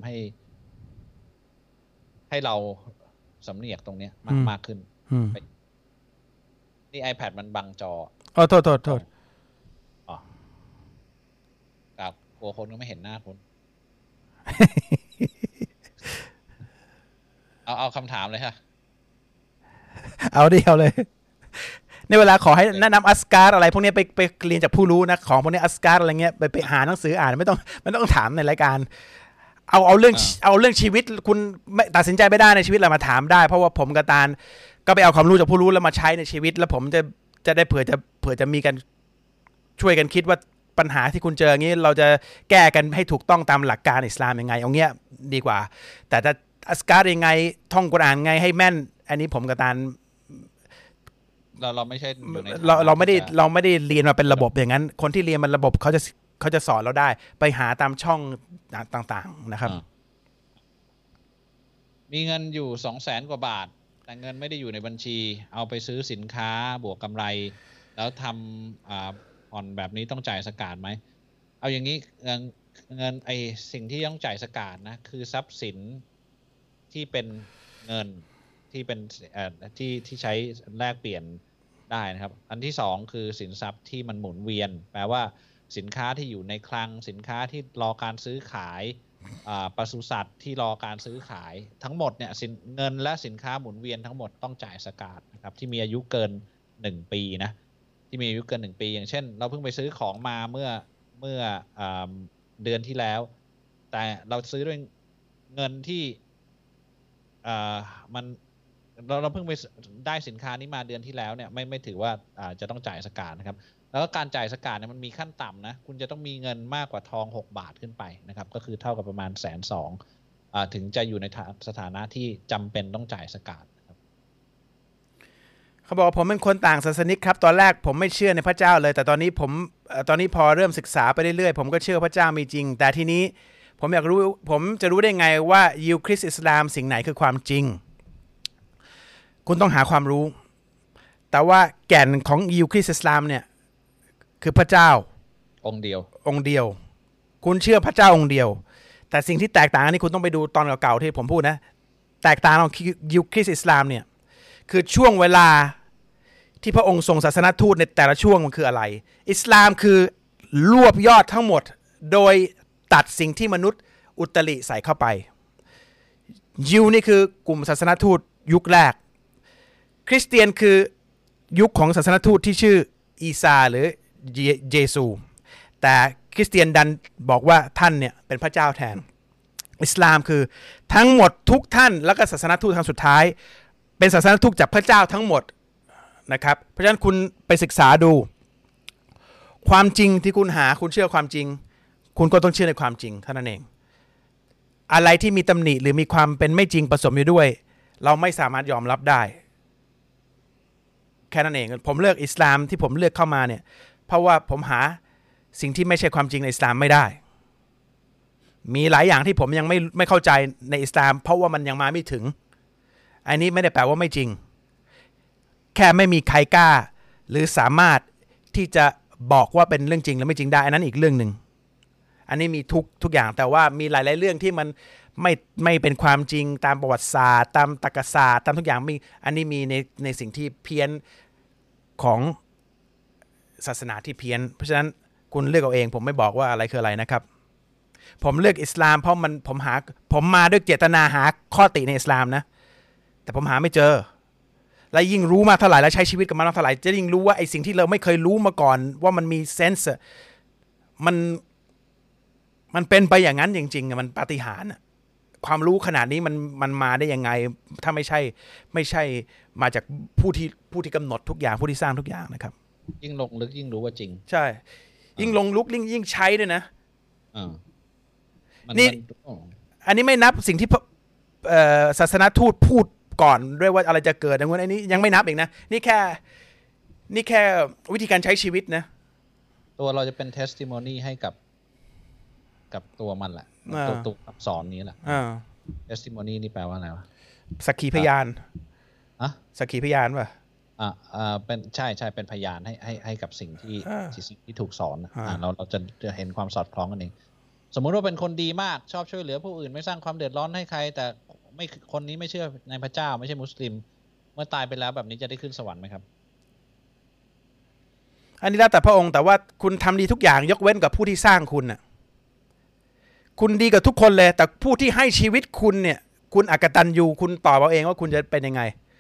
ให้เราสำเนียกตรงนี้มากขึ้นนี่ iPad มันบังจอโทษอ๋อครับกลัวคนก็ไม่เห็นหน้าคุณ เอาคำถามเลยค่ะเอาเลยในเวลาขอให้แนะนำอัสการ์อะไรพวกนี้ไปเรียนจากผู้รู้นะของพวกนี้อัสการ์อะไรเงี้ยไปหาหนังสืออ่านไม่ต้องถามในรายการเอาเรื่องชีวิตคุณตัดสินใจไม่ได้ในชีวิตเรามาถามได้เพราะว่าผมกับตาลก็ไปเอาความรู้จากผู้รู้แล้วมาใช้ในชีวิตแล้วผมจะได้เผื่อจะมีกันช่วยกันคิดว่าปัญหาที่คุณเจออย่างนี้เราจะแก้กันให้ถูกต้องตามหลักการอิสลามยังไงเอาเงี้ยดีกว่าแต่ถ้าอัสการ์ยังไงท่องกุรอานไงให้แม่นอันนี้ผมกับตาลเราไม่ใช่อยู่ในเราไม่ได้เรียนมาเป็นระบบอย่างนั้นคนที่เรียนมันระบบเขาจะสอนเราได้ไปหาตามช่องต่างๆนะครับมีเงินอยู่ 200,000 กว่าบาทแต่เงินไม่ได้อยู่ในบัญชีเอาไปซื้อสินค้าบวกกำไรแล้วทำผ่อนแบบนี้ต้องจ่ายซะกาตไหมเอาอย่างนี้เงินสิ่งที่ต้องจ่ายซะกาตนะคือทรัพย์สินที่เป็นเงินที่เป็นที่ใช้แลกเปลี่ยนได้นะครับอันที่สองคือสินทรัพย์ที่มันหมุนเวียนแปลว่าสินค้าที่อยู่ในคลังสินค้าที่รอการซื้อขายปศุสัตว์ที่รอการซื้อขายทั้งหมดเนี่ยเงินและสินค้าหมุนเวียนทั้งหมดต้องจ่ายซะกาตนะครับที่มีอายุเกิน1 ปีนะที่มีอายุเกิน1 ปีอย่างเช่นเราเพิ่งไปซื้อของมาเมื่อเดือนที่แล้วแต่เราซื้อด้วยเงินที่เราเพิ่งไปได้สินค้านี้มาเดือนที่แล้วเนี่ยไม่ถือว่าจะต้องจ่ายซะกาตนะครับแล้วก็การจ่ายซะกาตเนี่ยมันมีขั้นต่ำนะคุณจะต้องมีเงินมากกว่าทอง6 บาทขึ้นไปนะครับก็คือเท่ากับประมาณ120,000ถึงจะอยู่ในสถานะที่จำเป็นต้องจ่ายซะกาตนะครับเขาบอกผมเป็นคนต่างศาสนิกครับตอนแรกผมไม่เชื่อในพระเจ้าเลยแต่ตอนนี้พอเริ่มศึกษาไปเรื่อยๆผมก็เชื่อพระเจ้ามีจริงแต่ทีนี้ผมอยากรู้ผมจะรู้ได้ไงว่ายิวคริสต์อิสลามสิ่งไหนคือความจริงคุณต้องหาความรู้แต่ว่าแก่นของยิวคริสต์อิสลามเนี่ยคือพระเจ้าองค์เดียวคุณเชื่อพระเจ้าองค์เดียวแต่สิ่งที่แตกต่างอันนี้คุณต้องไปดูตอนเก่าๆที่ผมพูดนะแตกต่างของยิวคริสต์อิสลามเนี่ยคือช่วงเวลาที่พระองค์ส่งศาสนทูตในแต่ละช่วงมันคืออะไรอิสลามคือรวบยอดทั้งหมดโดยตัดสิ่งที่มนุษย์อุตริใส่เข้าไปยิวนี่คือกลุ่มศาสนทูตยุคแรกคริสเตียนคือยุคของศาสนทูตที่ชื่ออีซาหรือเยซูแต่คริสเตียนดันบอกว่าท่านเนี่ยเป็นพระเจ้าแทนอิสลามคือทั้งหมดทุกท่านแล้วก็ศาสนทูตครั้งสุดท้ายเป็นศาสนทูตจากพระเจ้าทั้งหมดนะครับเพราะฉะนั้นคุณไปศึกษาดูความจริงที่คุณหาคุณเชื่อความจริงคุณก็ต้องเชื่อในความจริงเท่านั้นเองอะไรที่มีตำหนิหรือมีความเป็นไม่จริงผสมอยู่ด้วยเราไม่สามารถยอมรับได้แค่นั้นเองผมเลือกอิสลามที่ผมเลือกเข้ามาเนี่ยเพราะว่าผมหาสิ่งที่ไม่ใช่ความจริงในอิสลามไม่ได้มีหลายอย่างที่ผมยังไม่เข้าใจในอิสลามเพราะว่ามันยังมาไม่ถึงอันนี้ไม่ได้แปลว่าไม่จริงแค่ไม่มีใครกล้าหรือสามารถที่จะบอกว่าเป็นเรื่องจริงหรือไม่จริงได้อันนั้นอีกเรื่องนึงอันนี้มีทุกอย่างแต่ว่ามีหลายๆเรื่องที่มันไม่เป็นความจริงตามประวัติศาสตร์ตามตรรกศาสตร์ตามทุกอย่างมีอันนี้มีในสิ่งที่เพี้ยนของศาสนาที่เพี้ยนเพราะฉะนั้นคุณเลือกเอาเองผมไม่บอกว่าอะไรคืออะไรนะครับผมเลือกอิสลามเพราะผมมาด้วยเจตนาหาข้อติในอิสลามนะแต่ผมหาไม่เจอและยิ่งรู้มาเท่าไหร่แล้วใช้ชีวิตกับมันเท่าไหร่จะยิ่งรู้ว่าไอ้สิ่งที่เราไม่เคยรู้มาก่อนว่ามันมีเซนส์มันเป็นไปอย่างนั้นจริงๆมันปาฏิหาริย์ความรู้ขนาดนี้มันมาได้ยังไงถ้าไม่ใช่มาจากผู้ที่กำหนดทุกอย่างผู้ที่สร้างทุกอย่างนะครับยิ่งลงลึกยิ่งรู้ว่าจริงใช่ยิ่งลงลึกยิ่งใช้ด้วยนะนี่อันนี้ไม่นับสิ่งที่ศาสนทูตพูดก่อนด้วยว่าอะไรจะเกิดอันนี้ยังไม่นับอีกนะนี่แค่วิธีการใช้ชีวิตนะตัวเราจะเป็น testimony ให้กับตัวมันแหละตัวอักษรนี้แหละ testimony นี่แปลว่าอะไรวะสักขีพยานสักขีพยานป่ะเป็นใช่เป็นพยานให้กับสิ่งที่ถูกสอนเราจะเห็นความสอดคล้องกันเองสมมุติว่าเป็นคนดีมากชอบช่วยเหลือผู้อื่นไม่สร้างความเดือดร้อนให้ใครแต่คนนี้ไม่เชื่อในพระเจ้าไม่ใช่มุสลิมเมื่อตายไปแล้วแบบนี้จะได้ขึ้นสวรรค์ไหมครับอันนี้แล้วแต่พระองค์แต่ว่าคุณทำดีทุกอย่างยกเว้นกับผู้ที่สร้างคุณน่ะคุณดีกับทุกคนเลยแต่ผู้ที่ให้ชีวิตคุณเนี่ยคุณอกตัญญูคุณตอบเอาเองว่าคุณจะเป็นยังไง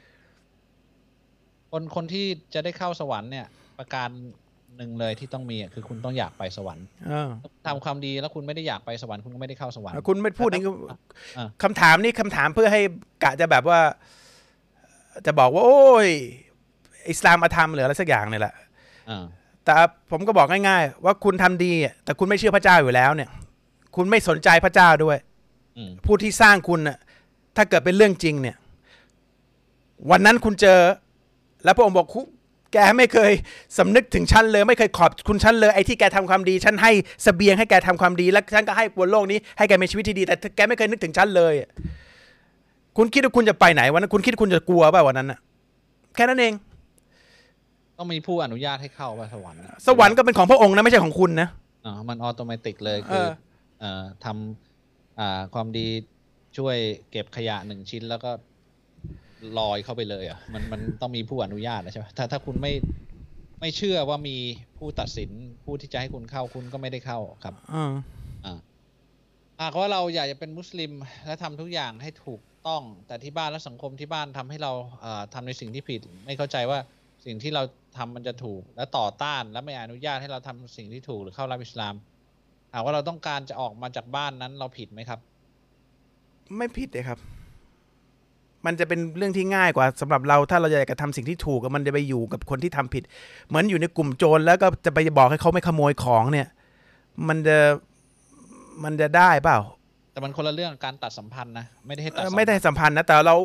คนที่จะได้เข้าสวรรค์เนี่ยประการหนึ่งเลยที่ต้องมีคือคุณต้องอยากไปสวรรค์ทำความดีแล้วคุณไม่ได้อยากไปสวรรค์คุณก็ไม่ได้เข้าสวรรค์คุณไม่พูดอย่างนี้คำถามนี้คำถามเพื่อให้กะจะแบบว่าจะบอกว่าโอ้ยอิสลามมาทำหรืออะไรสักอย่างเนี่ยแหละแต่ผมก็บอกง่ายๆว่าคุณทำดีแต่คุณไม่เชื่อพระเจ้าอยู่แล้วเนี่ยคุณไม่สนใจพระเจ้าด้วยผู้ที่สร้างคุณน่ะถ้าเกิดเป็นเรื่องจริงเนี่ยวันนั้นคุณเจอแล้วพระองค์บอกแกไม่เคยสำนึกถึงฉันเลยไม่เคยขอบคุณฉันเลยไอ้ที่แกทำความดีฉันให้เสบียงให้แกทำความดีแล้วฉันก็ให้บนโลกนี้ให้แกมีชีวิตที่ดีแต่แกไม่เคยนึกถึงฉันเลยคุณคิดว่าคุณจะไปไหนวันนั้นคุณคิดคุณจะกลัวป่ะวันนั้นน่ะแค่นั้นเองต้องมีผู้อนุญาตให้เข้าไปสวรรค์สวรรค์ก็เป็นของพระองค์นะไม่ใช่ของคุณนะมันออโตเมติกเลยคือทำความดีช่วยเก็บขยะ1ชิ้นแล้วก็ลอยเข้าไปเลยมันต้องมีผู้อนุญาตนะใช่ไหมถ้าคุณไม่เชื่อว่ามีผู้ตัดสินผู้ที่จะให้คุณเข้าคุณก็ไม่ได้เข้าครับหากว่าเราอยากจะเป็นมุสลิมและทำทุกอย่างให้ถูกต้องแต่ที่บ้านและสังคมที่บ้านทำให้เราทำในสิ่งที่ผิดไม่เข้าใจว่าสิ่งที่เราทำมันจะถูกและต่อต้านและไม่อนุญาตให้เราทำสิ่งที่ถูกหรือเข้ารับอิสลามหากว่าเราต้องการจะออกมาจากบ้านนั้นเราผิดไหมครับไม่ผิดเลยครับมันจะเป็นเรื่องที่ง่ายกว่าสำหรับเราถ้าเราอยากจะทำสิ่งที่ถูกมันจะไปอยู่กับคนที่ทำผิดเหมือนอยู่ในกลุ่มโจรแล้วก็จะไปบอกให้เขาไม่ขโมยของเนี่ยมันจะได้เปล่าแต่มันคนละเรื่องการตัดสัมพันธ์นะไม่ได้ให้ตัดไม่ได้สัมพันธ์นะแต่เรา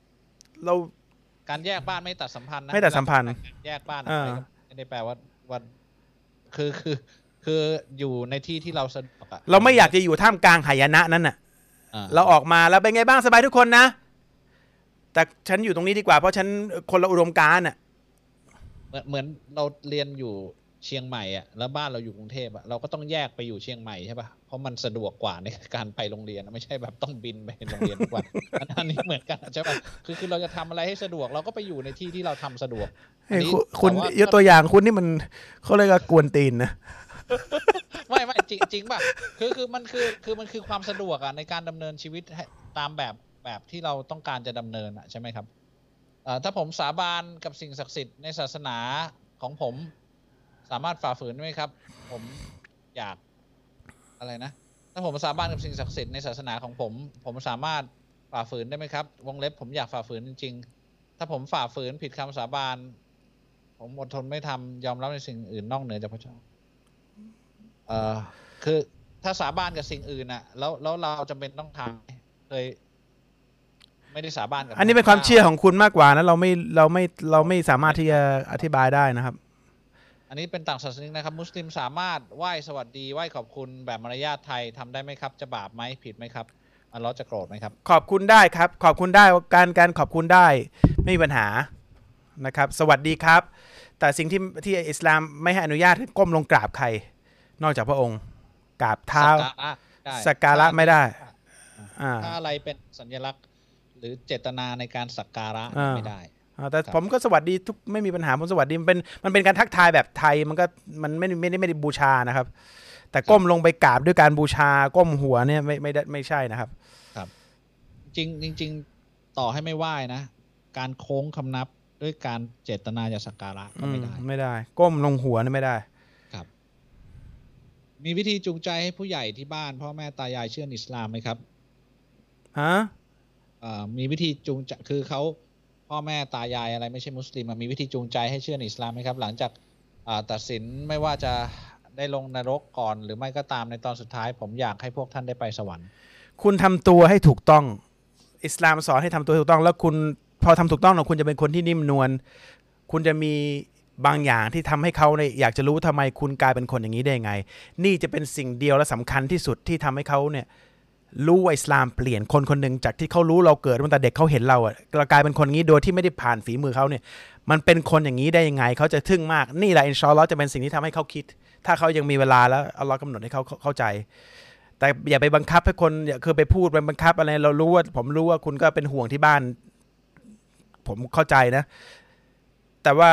การแยกบ้านไม่ตัดสัมพันธ์นะไม่ตัดสัมพันธ์แยกบ้านไม่ได้แปลว่าคืออยู่ในที่ที่เราสะดวกเราไม่อยากจะอยู่ท่ามกลางหายนะนั้นน่ะเราออกมาแล้วเป็นไงบ้างสบายทุกคนนะแต่ฉันอยู่ตรงนี้ดีกว่าเพราะฉันคนละอุดมการณ์น่ะเหมือนเราเรียนอยู่เชียงใหม่แล้วบ้านเราอยู่กรุงเทพเราก็ต้องแยกไปอยู่เชียงใหม่ใช่ป่ะเพราะมันสะดวกกว่าในการไปโรงเรียนไม่ใช่แบบต้องบินไปโรงเรียนทุกวันอันนี้เหมือนกันใช่ป่ะคือเราจะทำอะไรให้สะดวกเราก็ไปอยู่ในที่ที่เราทำสะดวกคุณยกตัวอย่างคุณนี่มันเขาเรียกว่ากวนตีนนะไม่จริงป่ะคือมันคือความสะดวกในการดำเนินชีวิตตามแบบที่เราต้องการจะดำเนินใช่ไหมครับถ้าผมสาบานกับสิ่งศักดิ์สิทธิ์ในศาสนาของผมสามารถฝ่าฝืนไหมครับผมอยากอะไรนะถ้าผมสาบานกับสิ่งศักดิ์สิทธิ์ในศาสนาของผมสามารถฝ่าฝืนได้ไหมครับวงเล็บผมอยากฝ่าฝืนจริงๆถ้าผมฝ่าฝืนผิดคำสาบานผมอดทนไม่ทำยอมรับในสิ่งอื่นนอกเหนือจากพระเจ้าคือถ้าสาบานกับสิ่งอื่นแล้วเราจำเป็นต้องทำเลยไม่ได้สาบานกับอันนี้เป็นความเชื่อของคุณมากกว่านะเราไม่สามารถที่จะอธิบายได้นะครับอันนี้เป็นต่างศาสนานะครับมุสลิมสามารถไหว้สวัสดีไหว้ขอบคุณแบบมารยาทไทยทำได้ไหมครับจะบาปไหมผิดไหมครับอัลเลาะห์จะโกรธไหมครับขอบคุณได้ครับขอบคุณได้การขอบคุณได้ไม่มีปัญหานะครับสวัสดีครับแต่สิ่งที่อิสลามไม่ให้อนุญาตให้ก้มลงกราบใครนอกจากพระองค์กราบเท้าสักการะไม่ได้ถ้าอะไรเป็นสัญลักษณ์หรือเจตนาในการสักการะไม่ได้แต่ผมก็สวัสดีทุกไม่มีปัญหาผมสวัสดีมันเป็นการทักทายแบบไทยมันไม่ได้บูชานะครับแต่ก้มลงไปกราบด้วยการบูชาก้มหัวเนี่ยไม่ใช่นะครับครับจริงต่อให้ไม่ไหว้นะการโค้งคำนับด้วยการเจตนาจะสักการะก็ไม่ได้ก้มลงหัวนี่ไม่ได้ครับมีวิธีจูงใจให้ผู้ใหญ่ที่บ้านพ่อแม่ตายายเชื่ออิสลามไหมครับมีวิธีจูงใจคือเขาพ่อแม่ตายายอะไรไม่ใช่มุสลิมมีวิธีจูงใจให้เชื่ออิสลามไหมครับหลังจากตัดสินไม่ว่าจะได้ลงนรกก่อนหรือไม่ก็ตามในตอนสุดท้ายผมอยากให้พวกท่านได้ไปสวรรค์คุณทำตัวให้ถูกต้องอิสลามสอนให้ทำตัวถูกต้องแล้วคุณพอทำถูกต้องคุณจะเป็นคนที่นิ่มนวลคุณจะมีบางอย่างที่ทำให้เขาเนี่ยอยากจะรู้ทำไมคุณกลายเป็นคนอย่างนี้ได้ยังไงนี่จะเป็นสิ่งเดียวและสำคัญที่สุดที่ทำให้เขาเนี่ยรู้ว่าอิสลามเปลี่ยนคนคนหนึ่งจากที่เขารู้เราเกิดตั้งแต่เด็กเขาเห็นเราเรากลายเป็นคนอย่างนี้โดยที่ไม่ได้ผ่านฝีมือเขาเนี่ยมันเป็นคนอย่างนี้ได้ยังไงเขาจะทึ่งมากนี่แหละอินชาอัลลอฮ์จะเป็นสิ่งที่ทำให้เขาคิดถ้าเขายังมีเวลาแล้วอัลลอฮ์กำหนดให้เขาเข้าใจแต่อย่าไปบังคับให้คนคือไปพูดไปบังคับอะไรเรารู้ว่าผมรู้ว่าคุณก็เป็นห่วงที่บ้านผมเข้าใจนะแต่ว่า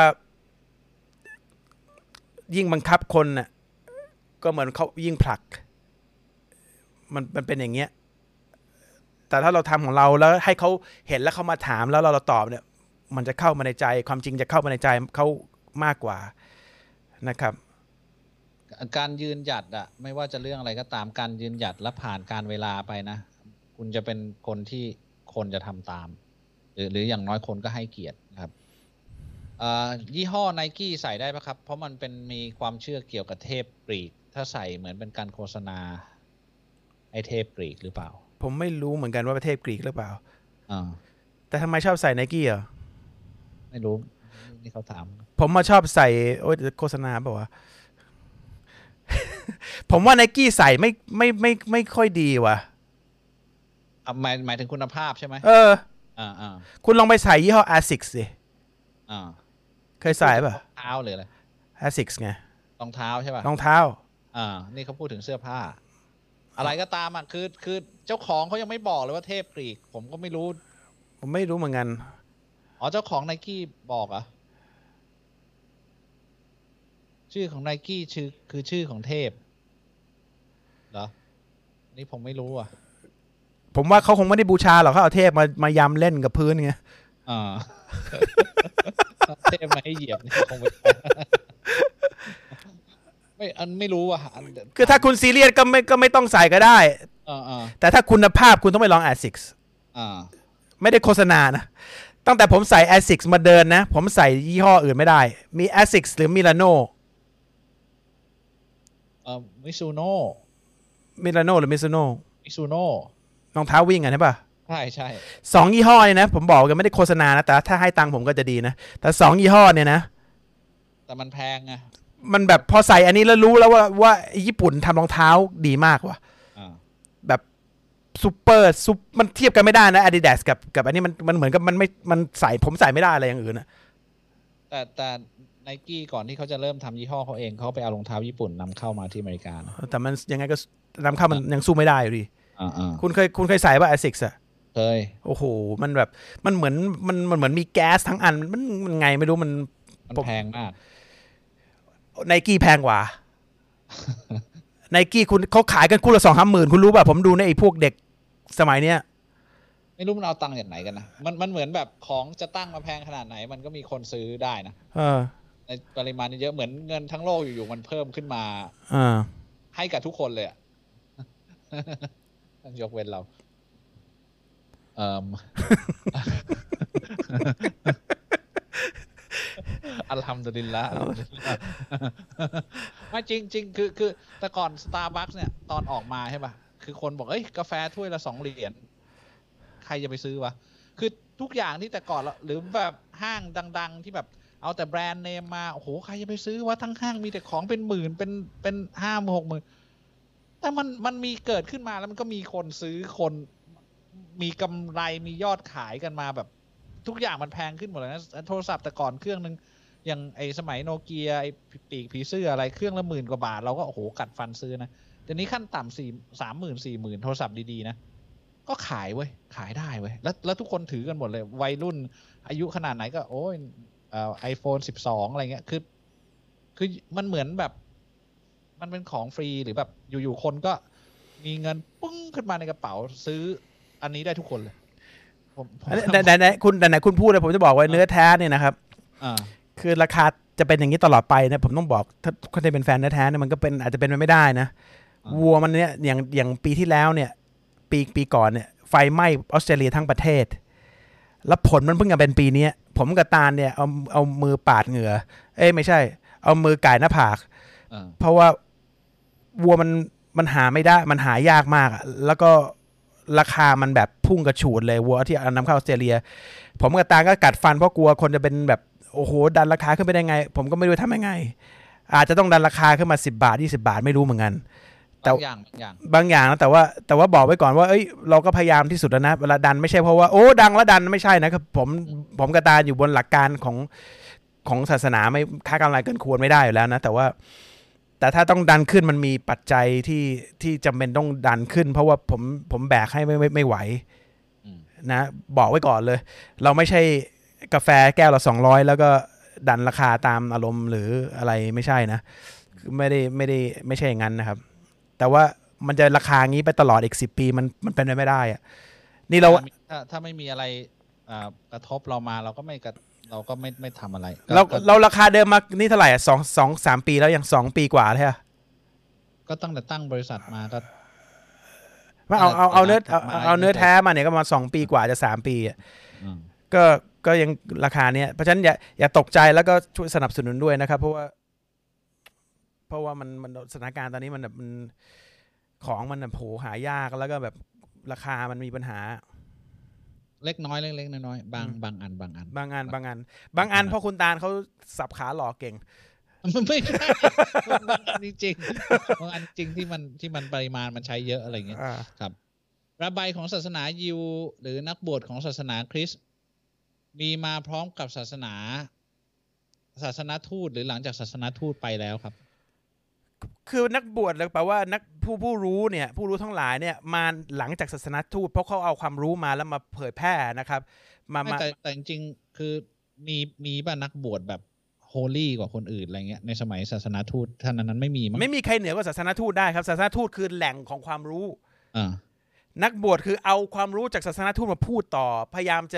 ยิ่งบังคับคนน่ะก็เหมือนเขายิ่งผลักมันเป็นอย่างเงี้ยแต่ถ้าเราทำของเราแล้วให้เขาเห็นแล้วเขามาถามแล้วเราตอบเนี่ยมันจะเข้ามาในใจความจริงจะเข้ามาในใจเขามากกว่านะครับการยืนหยัดอะไม่ว่าจะเรื่องอะไรก็ตามการยืนหยัดและผ่านการเวลาไปนะคุณจะเป็นคนที่คนจะทำตามหรืออย่างน้อยคนก็ให้เกียรตินะครับยี่ห้อ Nike ใส่ได้ปะครับเพราะมันเป็นมีความเชื่อเกี่ยวกับเทพกรีกถ้าใส่เหมือนเป็นการโฆษณาไอเทพกรีกหรือเปล่าผมไม่รู้เหมือนกันว่าประเทศกรีกหรือเปล่าแต่ทำไมชอบใส่ Nike อ่ะไม่รู้นี่เขาถามผมมาชอบใส่โฆษณาเปล่าวะ ผมว่า Nike ใส่ไม่ค่อยดีว่ะหมายถึงคุณภาพใช่ไหมคุณลองไปใส่ยี่ห้อ Asics สิเคยใส่ป่ะเท้าเลยอะไร Asics ไงรองเท้าใช่ป่ะรองเท้านี่เขาพูดถึงเสื้อผ้าอะไรก็ตามคือเจ้าของเขายังไม่บอกเลยว่าเทพกรีกผมก็ไม่รู้ผมไม่รู้เหมือนกันเจ้าของ Nike บอกชื่อของ Nike คือชื่อของเทพเหรอนี่ผมไม่รู้ผมว่าเขาคงไม่ได้บูชาหรอกเขาเอาเทพมายำเล่นกับพื้นไงเทพมาให้เหยียบนี่คงไม่รู้คือถ้าคุณซีเรียสก็ไม่ต้องใส่ก็ได้แต่ถ้าคุณภาพคุณต้องไปลอง Asics ไม่ได้โฆษณานะตั้งแต่ผมใส่ Asics มาเดินนะผมใส่ยี่ห้ออื่นไม่ได้มี Asics หรือ Milano Mizuno หรือ Mizuno รองเท้าวิ่งใช่ป่ะใช่ 2ยี่ห้อเนี่ยนะผมบอกกันไม่ได้โฆษณานะแต่ถ้าให้ตังค์ผมก็จะดีนะแต่2ยี่ห้อเนี่ยนะแต่มันแพงไงมันแบบพอใส่อันนี้แล้วรู้แล้วว่าญี่ปุ่นทำรองเท้าดีมากว่ะแบบซูเปอร์มันเทียบกันไม่ได้นะ Adidas กับอันนี้มันเหมือนกับมันใส่ผมใส่ไม่ได้อะไรอย่างอื่นนะแต่ Nike ก่อนที่เขาจะเริ่มทำยี่ห้อเขาเองเขาไปเอารองเท้าญี่ปุ่นนำเข้ามาที่อเมริกาแต่มันยังไงก็นำเข้ามันยังสู้ไม่ได้อยู่ดีคุณเคยใส่ป่ะ Asics อ่ะเคยโอ้โหมันแบบมันเหมือนมีแก๊สทั้งอันมันไงไม่รู้มันแพงมาก Nike แพงกว่า Nike คุณเขาขายกันคู่ละ 2-3 หมื่นคุณรู้ป่ะผมดูในไอ้พวกเด็กสมัยเนี้ยไม่รู้มันเอาตังค์จากไหนกันนะมันเหมือนแบบของจะตั้งมาแพงขนาดไหนมันก็มีคนซื้อได้นะในปริมาณเยอะเหมือนเงินทั้งโลกอยู่ๆมันเพิ่มขึ้นมาให้กับทุกคนเลยยกเว้นเราอัลฮัมดุลิลละไม่จริงคือแต่ก่อน Starbucks เนี่ยตอนออกมาใช่ป่ะคือคนบอกกาแฟถ้วยละ2 เหรียญใครจะไปซื้อวะคือทุกอย่างที่แต่ก่อนหรือแบบห้างดังๆที่แบบเอาแต่แบรนด์เนมมาโอ้โหใครจะไปซื้อวะทั้งห้างมีแต่ของเป็นหมื่นเป็น50,000-60,000แต่มันมีเกิดขึ้นมาแล้วมันก็มีคนซื้อคนมีกำไรมียอดขายกันมาแบบทุกอย่างมันแพงขึ้นหมดเลยนะโทรศัพท์แต่ก่อนเครื่องนึงอย่างไอ้สมัยโนเกียไอ้ปีกผีเสื้ออะไรเครื่องละ10,000 กว่าบาทเราก็โอ้โหกัดฟันซื้อนะเดี๋ยวนี้ขั้นต่ำ30,000-40,000โทรศัพท์ดีๆนะก็ขายเว้ยขายได้เว้ยแล้วทุกคนถือกันหมดเลยวัยรุ่นอายุขนาดไหนก็โอ้ยiPhone 12อะไรเงี้ยคือมันเหมือนแบบมันเป็นของฟรีหรือแบบอยู่ๆคนก็มีเงินปึ้งขึ้นมาในกระเป๋าซื้ออันนี้ได้ทุกคนเลยไหนคุณพูดเลยผมจะบอกว่าเนื้อแท้เนี่ยนะครับคือราคาจะเป็นอย่างนี้ตลอดไปนะผมต้องบอกถ้าคนที่เป็นแฟนเนื้อแท้เนี่ยมันก็เป็นอาจจะเป็นไปไม่ได้นะวัวมันเนี่ยอย่างปีที่แล้วเนี่ยปีก่อนเนี่ยไฟไหม้ออสเตรเลียทั้งประเทศแล้วผลมันเพิ่งจะเป็นปีนี้ผมกับตาลเนี่ยเอามือปาดเหงื่อไม่ใช่เอามือก่ายหน้าผากเพราะว่าวัวมันหาไม่ได้มันหายากมากแล้วก็ราคามันแบบพุ่งกระฉูดเลยวัวที่นำเข้าออสเตรเลียผมกับตาก็กัดฟันเพราะกลัวคนจะเป็นแบบโอ้โหดันราคาขึ้นไปได้ไงผมก็ไม่รู้ทำยังไงอาจจะต้องดันราคาขึ้นมา10 บาท20 บาทไม่รู้เหมือนกันแต่บางอย่างนะแต่ว่าบอกไว้ก่อนว่าเอ้ยเราก็พยายามที่สุดแล้วนะเวลาดันไม่ใช่เพราะว่าโอ้ดังแล้วดันไม่ใช่นะครับผมกับตาอยู่บนหลักการของศาสนาไม่ค่ากำไรเกินควรไม่ได้อยู่แล้วนะแต่ถ้าต้องดันขึ้นมันมีปัจจัยที่จำเป็นต้องดันขึ้นเพราะว่าผมแบกให้ไม่ไหวนะบอกไว้ก่อนเลยเราไม่ใช่กาแฟแก้วละ200แล้วก็ดันราคาตามอารมณ์หรืออะไรไม่ใช่นะไม่ใช่อย่างนั้นนะครับแต่ว่ามันจะราคางี้ไปตลอดอีก10 ปีมันเป็นไปไม่ได้อะนี่เราถ้าไม่มีอะไรกระทบเรามาเราก็ไม่ทำอะไรเราราคาเดิมมานี่เท่าไหร่อ่ะ2-3 ปีแล้วยัง2 ปีกว่าเลยก็ตั้งแต่ตั้งบริษัทมาก็เอาเนื้อแท้มาเนี่ยก็มา2 ปีกว่าจะ3 ปีอ่ะก็ยังราคาเนี้ยเพราะฉะนั้นอย่าตกใจแล้วก็ช่วยสนับสนุนด้วยนะครับเพราะว่ามันสถานการณ์ตอนนี้มันแบบของมันแบบโหหายากแล้วก็แบบราคามันมีปัญหาเล็กน้อยเล็กน้อยบางอันเพราะคุณตาลเขาสับขาหลอกเก่งไม่ใช่บางอันจริงบางอันจริงที่มันปริมาณมันใช้เยอะอะไรเงี้ยครับระบายของศาสนายิวหรือนักบวชของศาสนาคริสต์มีมาพร้อมกับศาสนาทูตหรือหลังจากศาสนาทูตไปแล้วครับคือนักบวชแปลว่านักผู้รู้เนี่ยผู้รู้ทั้งหลายเนี่ยมาหลังจากศาสนาทูตเพราะเขาเอาความรู้มาแล้วมาเผยแพร่นะครับแต่จริงๆคือมีบ้านักบวชแบบโฮลี่กว่าคนอื่นอะไรเงี้ยในสมัยศาสนาทูตท่านนั้นไม่มีใครเหนือกว่าศาสนาทูตได้ครับศาสนาทูตคือแหล่งของความรู้นักบวชคือเอาความรู้จากศาสนาทูตมาพูดต่อพยายามจะ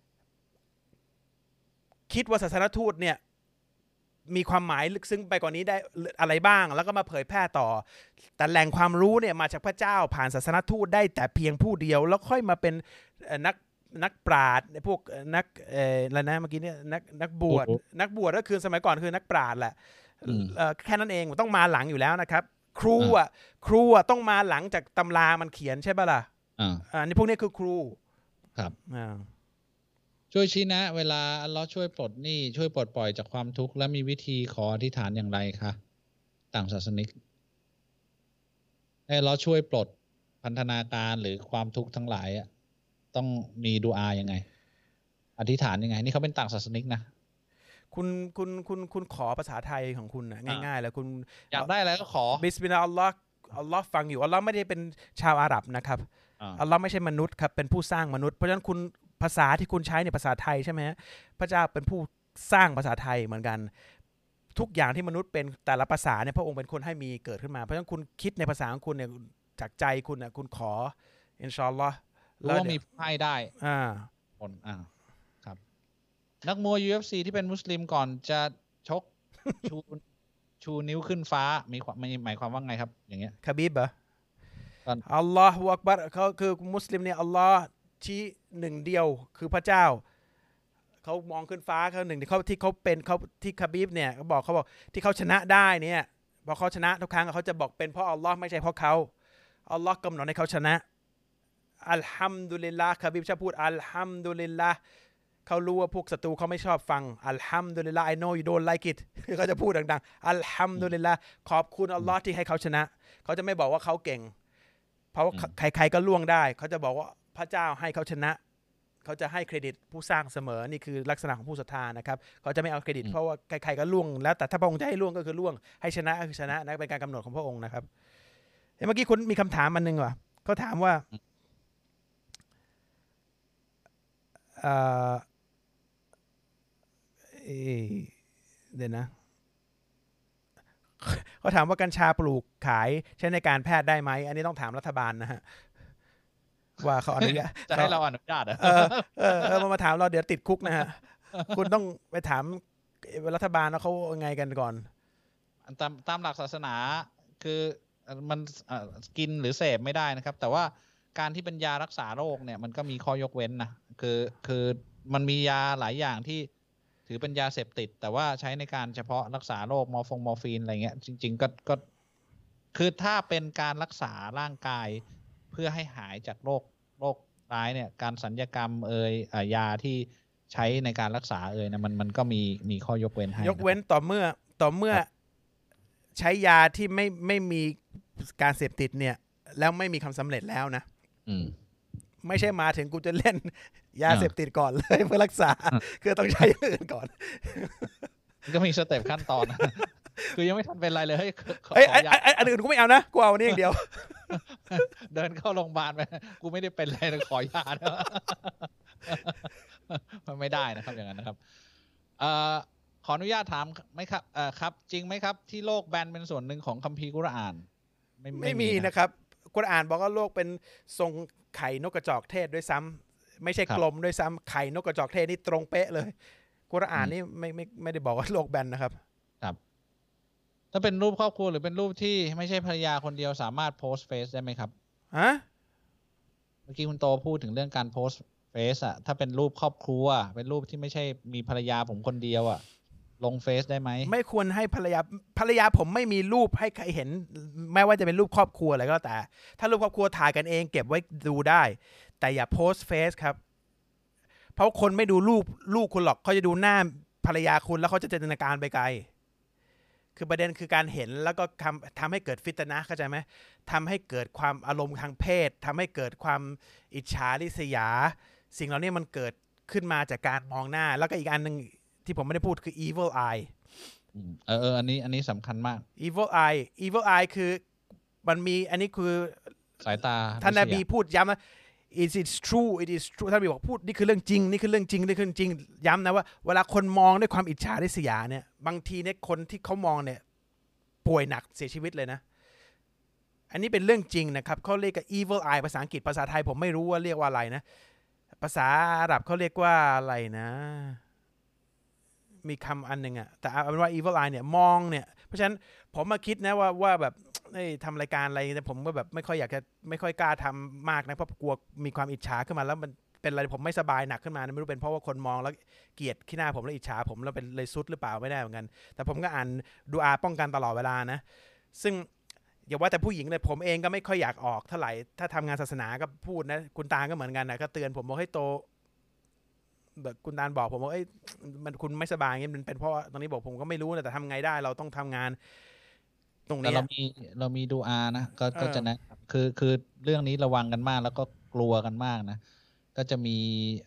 คิดว่าศาสนาทูตเนี่ยมีความหมายลึกซึ้งไปกว่านี้ได้อะไรบ้างแล้วก็มาเผยแพร่ต่อแต่แหล่งความรู้เนี่ยมาจากพระเจ้าผ่านศาสนทูตได้แต่เพียงผู้เดียวแล้วค่อยมาเป็นนักปราชญ์พวกนักอะไรนะเมื่อกี้เนี่ยนักบวชก็คือสมัยก่อนคือนักปราชญ์แหละแค่นั้นเองต้องมาหลังอยู่แล้วนะครับครูต้องมาหลังจากตำรามันเขียนใช่ป่ะล่ะนี่พวกนี้คือครูครับช่วยชี้นะเวลาอัลเลาะห์ช่วยปลดหนี้ช่วยปลดปล่อยจากความทุกข์และมีวิธีขออธิษฐานอย่างไรคะต่างศาสนิกให้อัลเลาะห์ช่วยปลดพันธนาการหรือความทุกข์ทั้งหลายต้องมีดุอายังไงอธิษฐานยังไงนี่เขาเป็นต่างศาสนิกนะคุณขอภาษาไทยของคุณนะง่ายๆแล้วคุณอยากได้อะไรก็ขอบิสมิลลาห์อัลลอฮ์ฟังอยู่อัลลอฮ์ไม่ได้เป็นชาวอาหรับนะครับอัลลอฮ์ไม่ใช่มนุษย์ครับเป็นผู้สร้างมนุษย์เพราะฉะนั้นคุณภาษาที่คุณใช้ในภาษาไทยใช่ไหมพระเจ้าเป็นผู้สร้างภาษาไทยเหมือนกันทุกอย่างที่มนุษย์เป็นแต่ละภาษาเนี่ยพระองค์เป็นคนให้มีเกิดขึ้นมาเพราะฉะนั้นคุณคิดในภาษาของคุณเนี่ยจากใจคุณนะคุณขออินชาอัลลอฮ์แล้วมีให้ได้คนครับนักมวย UFC ที่เป็นมุสลิมก่อนจะชกชูนิ้วขึ้นฟ้าหมายความว่าไงครับอย่างเงี้ยคาบิบะอัลลอฮฺอักบัรเขาคือมุสลิมเนี่ยอัลลอฮ์ชี้หนึ่งเดียวคือพระเจ้าเขามองขึ้นฟ้าเขาหนึ่งที่เขาเป็นเขาที่คาบีบเนี่ยเขาบอกที่เขาชนะได้เนี่ยพอเขาชนะทุกครั้งเขาจะบอกเป็นเพราะอัลลอฮ์ไม่ใช่เพราะเขาอัลลอฮ์กำหนดให้เขาชนะอัลฮัมดุลิลลาห์คาบีบชอบพูดอัลฮัมดุลิลลาห์เขารู้ว่าพวกศัตรูเขาไม่ชอบฟังอัลฮัมดุลิลลาห์ I know you don't like it เขาจะพูดดังๆอัลฮัมดุลิลลาห์ขอบคุณอัลลอฮ์ที่ให้เขาชนะเขาจะไม่บอกว่าเขาเก่งเพราะว่าใครๆก็ล่วงได้เขาจะบอกว่าพระเจ้าให้เขาชนะเขาจะให้เครดิตผู้สร้างเสมอนี่คือลักษณะของผู้ศรัทธานะครับเขาจะไม่เอาเครดิตเพราะว่าใครๆก็ล่วงแล้วแต่ถ้าพระองค์จะให้ล่วงก็คือล่วงให้ชนะก็คือชนะนะเป็นการกำหนดของพระองค์นะครับเมื่อกี้คุณมีคำถามอันนึงว่ะเขาถามว่าเดี๋ยวนะเขาถามว่ากัญชาปลูกขายใช้ในการแพทย์ได้ไหมอันนี้ต้องถามรัฐบาลนะฮะว่าเขาอนุญาตจะให้เราอนุญาตมาถามเราเดี๋ยวติดคุกนะฮะคุณต้องไปถามรัฐบาลว่าเขาไงกันก่อนตามหลักศาสนาคือมันกินหรือเสพไม่ได้นะครับแต่ว่าการที่เป็นยารักษาโรคเนี่ยมันก็มีข้อยกเว้นนะคือมันมียาหลายอย่างที่ถือเป็นยาเสพติดแต่ว่าใช้ในการเฉพาะรักษาโรคมอร์ฟีนอะไรเงี้ยจริงๆก็คือถ้าเป็นการรักษาร่างกายเพื่อให้หายจากโรคร้ายเนี่ยการสัญญกรรมยาที่ใช้ในการรักษานะมันก็มีข้อยกเว้นให้ยกเว้นต่อเมื่อใช้ยาที่ไม่มีการเสพติดเนี่ยแล้วไม่มีคำสำเร็จแล้วนะไม่ใช่มาถึงกูจะเล่นยาเสพติดก่อนเลยเพื่อรักษาคือต้องใช้อย่างอื่นก่อนก็มีสเต็ปขั้นตอนคือยังไม่ทันเป็นไรเลยอันอื่นกูไม่เอานะกูเอาอันนี้อย่างเดียวเดินเข้าโรงพยาบาลไปกูไม่ได้เป็นไรนะขอยานะมันไม่ได้นะครับอย่างนั้นนะครับขออนุญาตถามไหมครับครับจริงไหมครับที่โลกแบนเป็นส่วนหนึ่งของคัมภีร์กุรอานไม่มีนะครับกุรอานบอกว่าโลกเป็นทรงไข่นกกระจอกเทศด้วยซ้ำไม่ใช่กลมด้วยซ้ำไข่นกกระจอกเทศนี่ตรงเป๊ะเลยกุรอานนี่ไม่ได้บอกว่าโลกแบนนะครับครับถ้าเป็นรูปครอบครัวหรือเป็นรูปที่ไม่ใช่ภรรยาคนเดียวสามารถโพสต์เฟซได้ไหมครับฮะเมื่อกี้คุณโตพูดถึงเรื่องการโพสต์เฟซอะถ้าเป็นรูปครอบครัวเป็นรูปที่ไม่ใช่มีภรรยาผมคนเดียวอะลงเฟซได้ไหมไม่ควรให้ภรรยาผมไม่มีรูปให้ใครเห็นแม้ว่าจะเป็นรูปครอบครัวอะไรก็แต่ถ้ารูปครอบครัวถ่ายกันเองเก็บไว้ดูได้แต่อย่าโพสต์เฟซครับเพราะคนไม่ดูลูกคุณหรอกเขาจะดูหน้าภรรยาคุณแล้วเขาจะจินตนาการไปไกลคือประเด็นคือการเห็นแล้วก็ทำให้เกิดฟิตนะเข้าใจไหมทำให้เกิดความอารมณ์ทางเพศทำให้เกิดความอิจฉาริษยาสิ่งเหล่านี้มันเกิดขึ้นมาจากการมองหน้าแล้วก็อีกอันนึงที่ผมไม่ได้พูดคือ evil eye อันนี้สำคัญมาก evil eye คือมันมีอันนี้คือสายตาท่านนบีพูดย้ำนะ it is true ท่านนบีบอกพูดนี่คือเรื่องจริงนี่คือเรื่องจริงนี่คือเรื่องจริงย้ำนะว่าเวลาคนมองด้วยความอิจฉาริษยาเนี่ยบางทีเนี่ยคนที่เขามองเนี่ยป่วยหนักเสียชีวิตเลยนะอันนี้เป็นเรื่องจริงนะครับเขาเรียกว่า evil eye ภาษาอังกฤษภาษาไทยผมไม่รู้ว่าเรียกว่าอะไรนะภาษาอาหรับเขาเรียกว่าอะไรนะมีคำอันหนึ่งอะแต่เอาเป็นว่า evil eye เนี่ยมองเนี่ยเพราะฉะนั้นผมมาคิดนะว่าแบบทำรายการอะไรแต่ผมก็แบบไม่ค่อยกล้าทำมากนะเพราะกลัวมีความอิจฉาขึ้นมาแล้วมันเป็นอะไรผมไม่สบายหนักขึ้นมาไม่รู้เป็นเพราะว่าคนมองแล้วเกลียดขี้หน้าผมแล้วอิจฉาผมแล้วเป็นเลยซุดหรือเปล่าไม่ได้เหมือนกันแต่ผมก็อ่านดูอาป้องกันตลอดเวลานะซึ่งอย่าว่าแต่ผู้หญิงเลยผมเองก็ไม่ค่อยอยากออกเท่าไหร่ถ้าทำงานศาสนาก็พูดนะคุณตาก็เหมือนกันนะก็เตือนผมบอกให้โตแบบคุณตาบอกผมว่ามันคุณไม่สบายงี้มันเป็นเพราะตอนนี้บอกผมก็ไม่รู้นะแต่ทำไงได้เราต้องทำงานตรงนี้เรามีดูอานะก็จะนะคือเรื่องนี้ระวังกันมากแล้วก็กลัวกันมากนะก็จะมี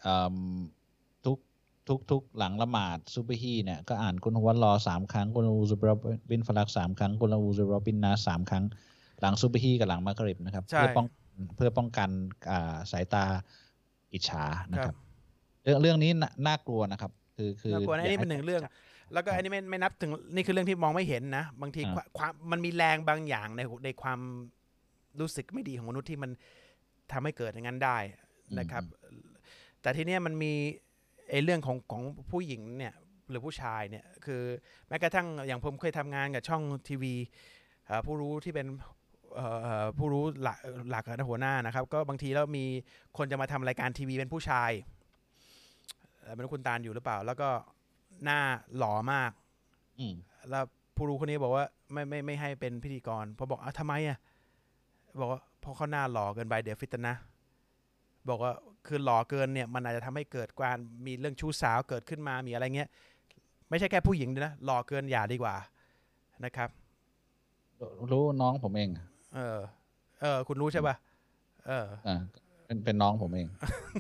ทุกหลังละหมาดซุบฮีเนี่ยก็อ่านกุลฮุวัลลอฮ์3 ครั้งกุลอูซุบรอบบินฟลัก3 ครั้งกุลอูซุบรอบบินนาส3 ครั้งหลังซุบฮีกับหลังมักริบนะครับเพื่อป้องกันสายตาอิจฉานะครับเรื่องนี้น่ากลัวนะครับคือน่ากลัวอันนี้เป็นหนึ่งเรื่องแล้วก็อันนี้ไม่นับถึงนี่คือเรื่องที่มองไม่เห็นนะบางทีความมันมีแรงบางอย่างในความรู้สึกไม่ดีของมนุษย์ที่มันทำให้เกิดอย่างนั้นได้นะครับแต่ทีเนี้ยมันมีเรื่องของผู้หญิงเนี่ยหรือผู้ชายเนี่ยคือแม้กระทั่งอย่างผมเคยทำงานกับช่องทีวีผู้รู้ที่เป็นผู้รู้หลักหัวหน้านะครับก็บางทีแล้วมีคนจะมาทำรายการทีวีเป็นผู้ชายไม่รู้คุณตาลอยู่หรือเปล่าแล้วก็หน้าหล่อมากแล้วผู้รู้คนนี้บอกว่าไม่ให้เป็นพิธีกรพอบอกทำไมอ่ะบอกว่าเพราะเขาหน้าหล่อเกินไปเดี๋ยวฟิตนะบอกว่าคือหล่อเกินเนี่ยมันอาจจะทำให้เกิดการมีเรื่องชู้สาวเกิดขึ้นมามีอะไรเงี้ยไม่ใช่แค่ผู้หญิงนะหล่อเกินอย่าดีกว่านะครับรู้น้องผมเองคุณรู้ใช่ป่ะเป็นน้องผมเอง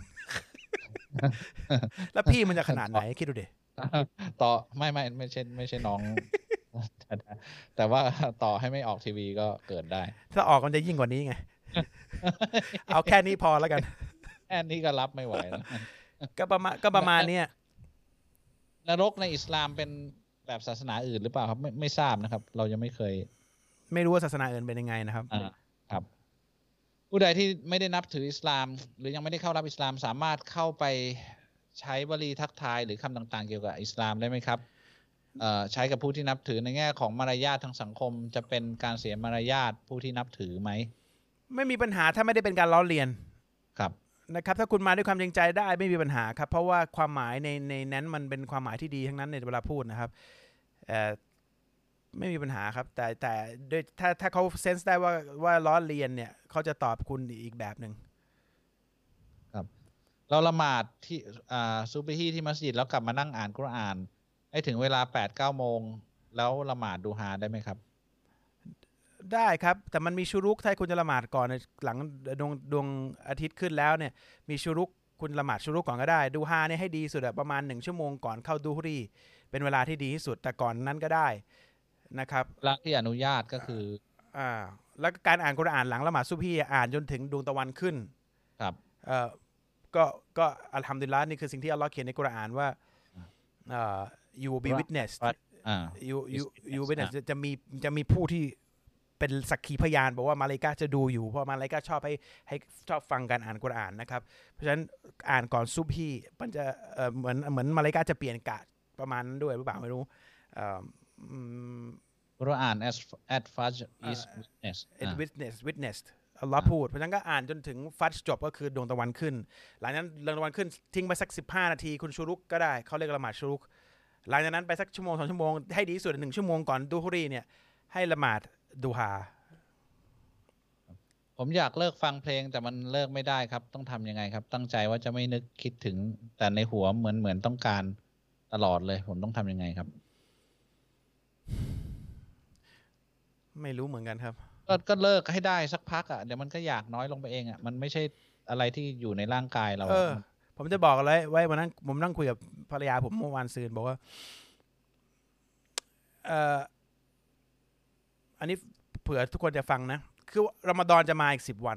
แล้วพี่มันจะขนาดไหนคิดดูดิต่อไม่ใช่น้องแต่ว่าต่อให้ไม่ออกทีวีก็เกิดได้ถ้าออกมันจะยิ่งกว่านี้ไงเอาแค่นี้พอแล้วกันแค่นี้ก็รับไม่ไหวแล้วก็ประมาณนี้นรกในอิสลามเป็นแบบศาสนาอื่นหรือเปล่าครับไม่ทราบนะครับเรายังไม่เคยไม่รู้ว่าศาสนาอื่นเป็นยังไงนะครับครับผู้ใดที่ไม่ได้นับถืออิสลามหรือยังไม่ได้เข้ารับอิสลามสามารถเข้าไปใช้วลีทักทายหรือคำต่างๆเกี่ยวกับอิสลามได้ไหมครับใช้กับผู้ที่นับถือในแง่ของมารยาททางสังคมจะเป็นการเสียมารยาทผู้ที่นับถือไหมไม่มีปัญหาถ้าไม่ได้เป็นการล้อเลียนครับนะครับถ้าคุณมาด้วยความจริงใจได้ไม่มีปัญหาครับเพราะว่าความหมายในนั้นมันเป็นความหมายที่ดีทั้งนั้นในเวลาพูดนะครับไม่มีปัญหาครับแต่ด้วยถ้าเขาเซนส์ได้ว่าล้อเลียนเนี่ยเขาจะตอบคุณอีกแบบหนึ่งครับเราละหมาดที่ซุบฮีที่มัสยิดแล้วกลับมานั่งอ่านกุรอานให้ถึงเวลา 8-9 โมงแล้วละหมาดดูฮาได้ไหมครับได้ครับแต่มันมีชุรุกถ้าคุณจะละหมาดก่อนหลังดวงอาทิตย์ขึ้นแล้วเนี่ยมีชุรุกคุณละหมาดชุรุกก่อนก็ได้ดูฮาเนี่ยให้ดีสุดประมาณ1 ชั่วโมงก่อนเข้าดูฮรีเป็นเวลาที่ดีที่สุดแต่ก่อนนั้นก็ได้นะครับละที่อนุญาตก็คือแล้วการอ่านกุรอานหลังละหมาดซุบฮีอ่านจนถึงดวงตะวันขึ้นครับก็อัลฮัมดุลิลละห์นี่คือสิ่งที่อัลเลาะห์เขียนในกุรอานว่าyou will be witness you witness จะมีผู้ที่เป็นสักขีพยานบอกว่ามาลาอิกะฮ์จะดูอยู่เพราะมาลาอิกะฮ์ชอบฟังการอ่านกุรอานนะครับเพราะฉะนั้นอ่านก่อนซุบฮีมันจะเหมือนมาลาอิกะฮ์จะเปลี่ยนกะประมาณนั้นด้วยหรือเปล่าไม่รู้กุรอาน at fajr is witness อัลลอฮ์พูดเพราะฉะนั้นก็อ่านจนถึงฟัจจบก็คือดวงตะวันขึ้นหลังจากนั้นดวงตะวันขึ้นทิ้งไปสัก15 นาทีคุณชุรุกก็ได้เขาเรียกละหมาดชุรุกหลังจากนั้นไปสักชั่วโมง2 ชั่วโมงให้ดีที่สุด1 ชั่วโมงก่อนดูฮรีเนี่ยให้ละหมาดดูฮาผมอยากเลิกฟังเพลงแต่มันเลิกไม่ได้ครับต้องทำยังไงครับตั้งใจว่าจะไม่นึกคิดถึงแต่ในหัวเหมือนต้องการตลอดเลยผมต้องทำยังไงครับไม่รู้เหมือนกันครับก็เลิกให้ได้สักพักเดี๋ยวมันก็อยากน้อยลงไปเองมันไม่ใช่อะไรที่อยู่ในร่างกายเราผมจะบอกอะไรไว้วันนั้นผมนั่งคุยกับภรรยาผมเมื่อวานซืนบอกว่าอันนี้เผื่อทุกคนจะฟังนะคือรอมฎอนจะมาอีก10 วัน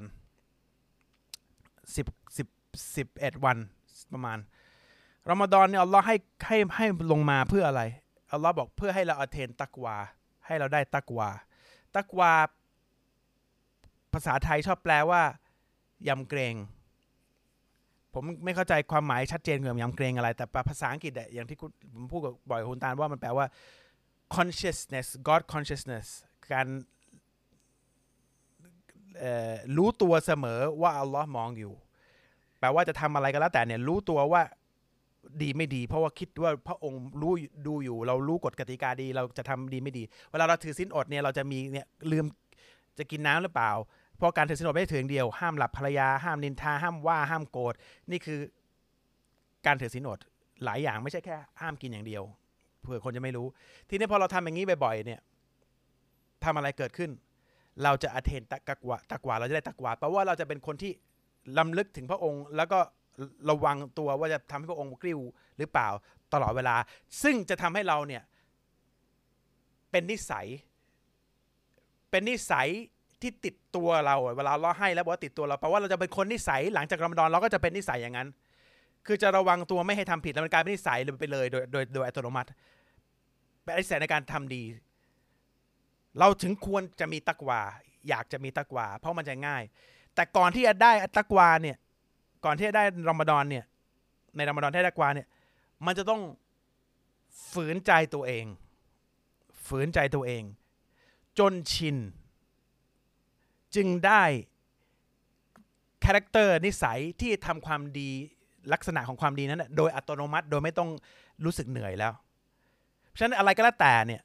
11 วันประมาณรอมฎอนเนี่ยอัลลอฮ์ให้ลงมาเพื่ออะไรอัลลอฮ์บอกเพื่อให้เราอเทนตักวาให้เราได้ตักวาภาษาไทยชอบแปลว่ายำเกรงผมไม่เข้าใจความหมายชัดเจนเกี่ยวกับยำเกรงอะไรแต่ภาษาอังกฤษอย่างที่ผมพูดบ่อยคุณตาลว่ามันแปลว่า consciousness God consciousness การรู้ตัวเสมอว่าอัลลอฮ์มองอยู่แปลว่าจะทำอะไรก็แล้วแต่เนี่ยรู้ตัวว่าดีไม่ดีเพราะว่าคิดว่าพระองค์รู้ดูอยู่เรารู้กฎกติกาดีเราจะทำดีไม่ดีเวลาเราถือศีลอดเนี่ยเราจะมีเนี่ยลืมจะกินน้ำหรือเปล่าเพราะการถือศีลอดไม่ได้ถืออย่างเดียวห้ามหลับภรรยาห้ามนินทาห้ามว่าห้ามโกรธนี่คือการถือศีลอดหลายอย่างไม่ใช่แค่ห้ามกินอย่างเดียวเผื่อคนจะไม่รู้ทีนี้พอเราทำอย่างนี้บ่อยๆเนี่ยทำอะไรเกิดขึ้นเราจะอเทนตักวาเราจะได้ตักวาแปลว่าเราจะเป็นคนที่รำลึกถึงพระองค์แล้วก็ระวังตัวว่าจะทำให้พระองค์กริ้วหรือเปล่าตลอดเวลาซึ่งจะทำให้เราเนี่ยเป็นนิสัยที่ติดตัวเราเวลาเราให้แล้วบอกว่าติดตัวเราแปลว่าเราจะเป็นคนนิสัยหลังจากรอมฎอนเราก็จะเป็นนิสัยอย่างนั้นคือจะระวังตัวไม่ให้ทำผิดแล้วมันกลายเป็นนิสัยไปเลยโดยอัตโนมัติเป็นนิสัยในการทำดีเราถึงควรจะมีตักวาอยากจะมีตักวาเพราะมันจะง่ายแต่ก่อนที่จะได้ตักวาเนี่ยก่อนที่จะได้รอมฎอนเนี่ยในรอมฎอนได้ตักวาเนี่ยมันจะต้องฝืนใจตัวเองจนชินจึงได้คาแรคเตอร์นิสัยที่ทำความดีลักษณะของความดีนั้นโดยอัตโนมัติโดยไม่ต้องรู้สึกเหนื่อยแล้วเพราะฉะนั้นอะไรก็แล้วแต่เนี่ย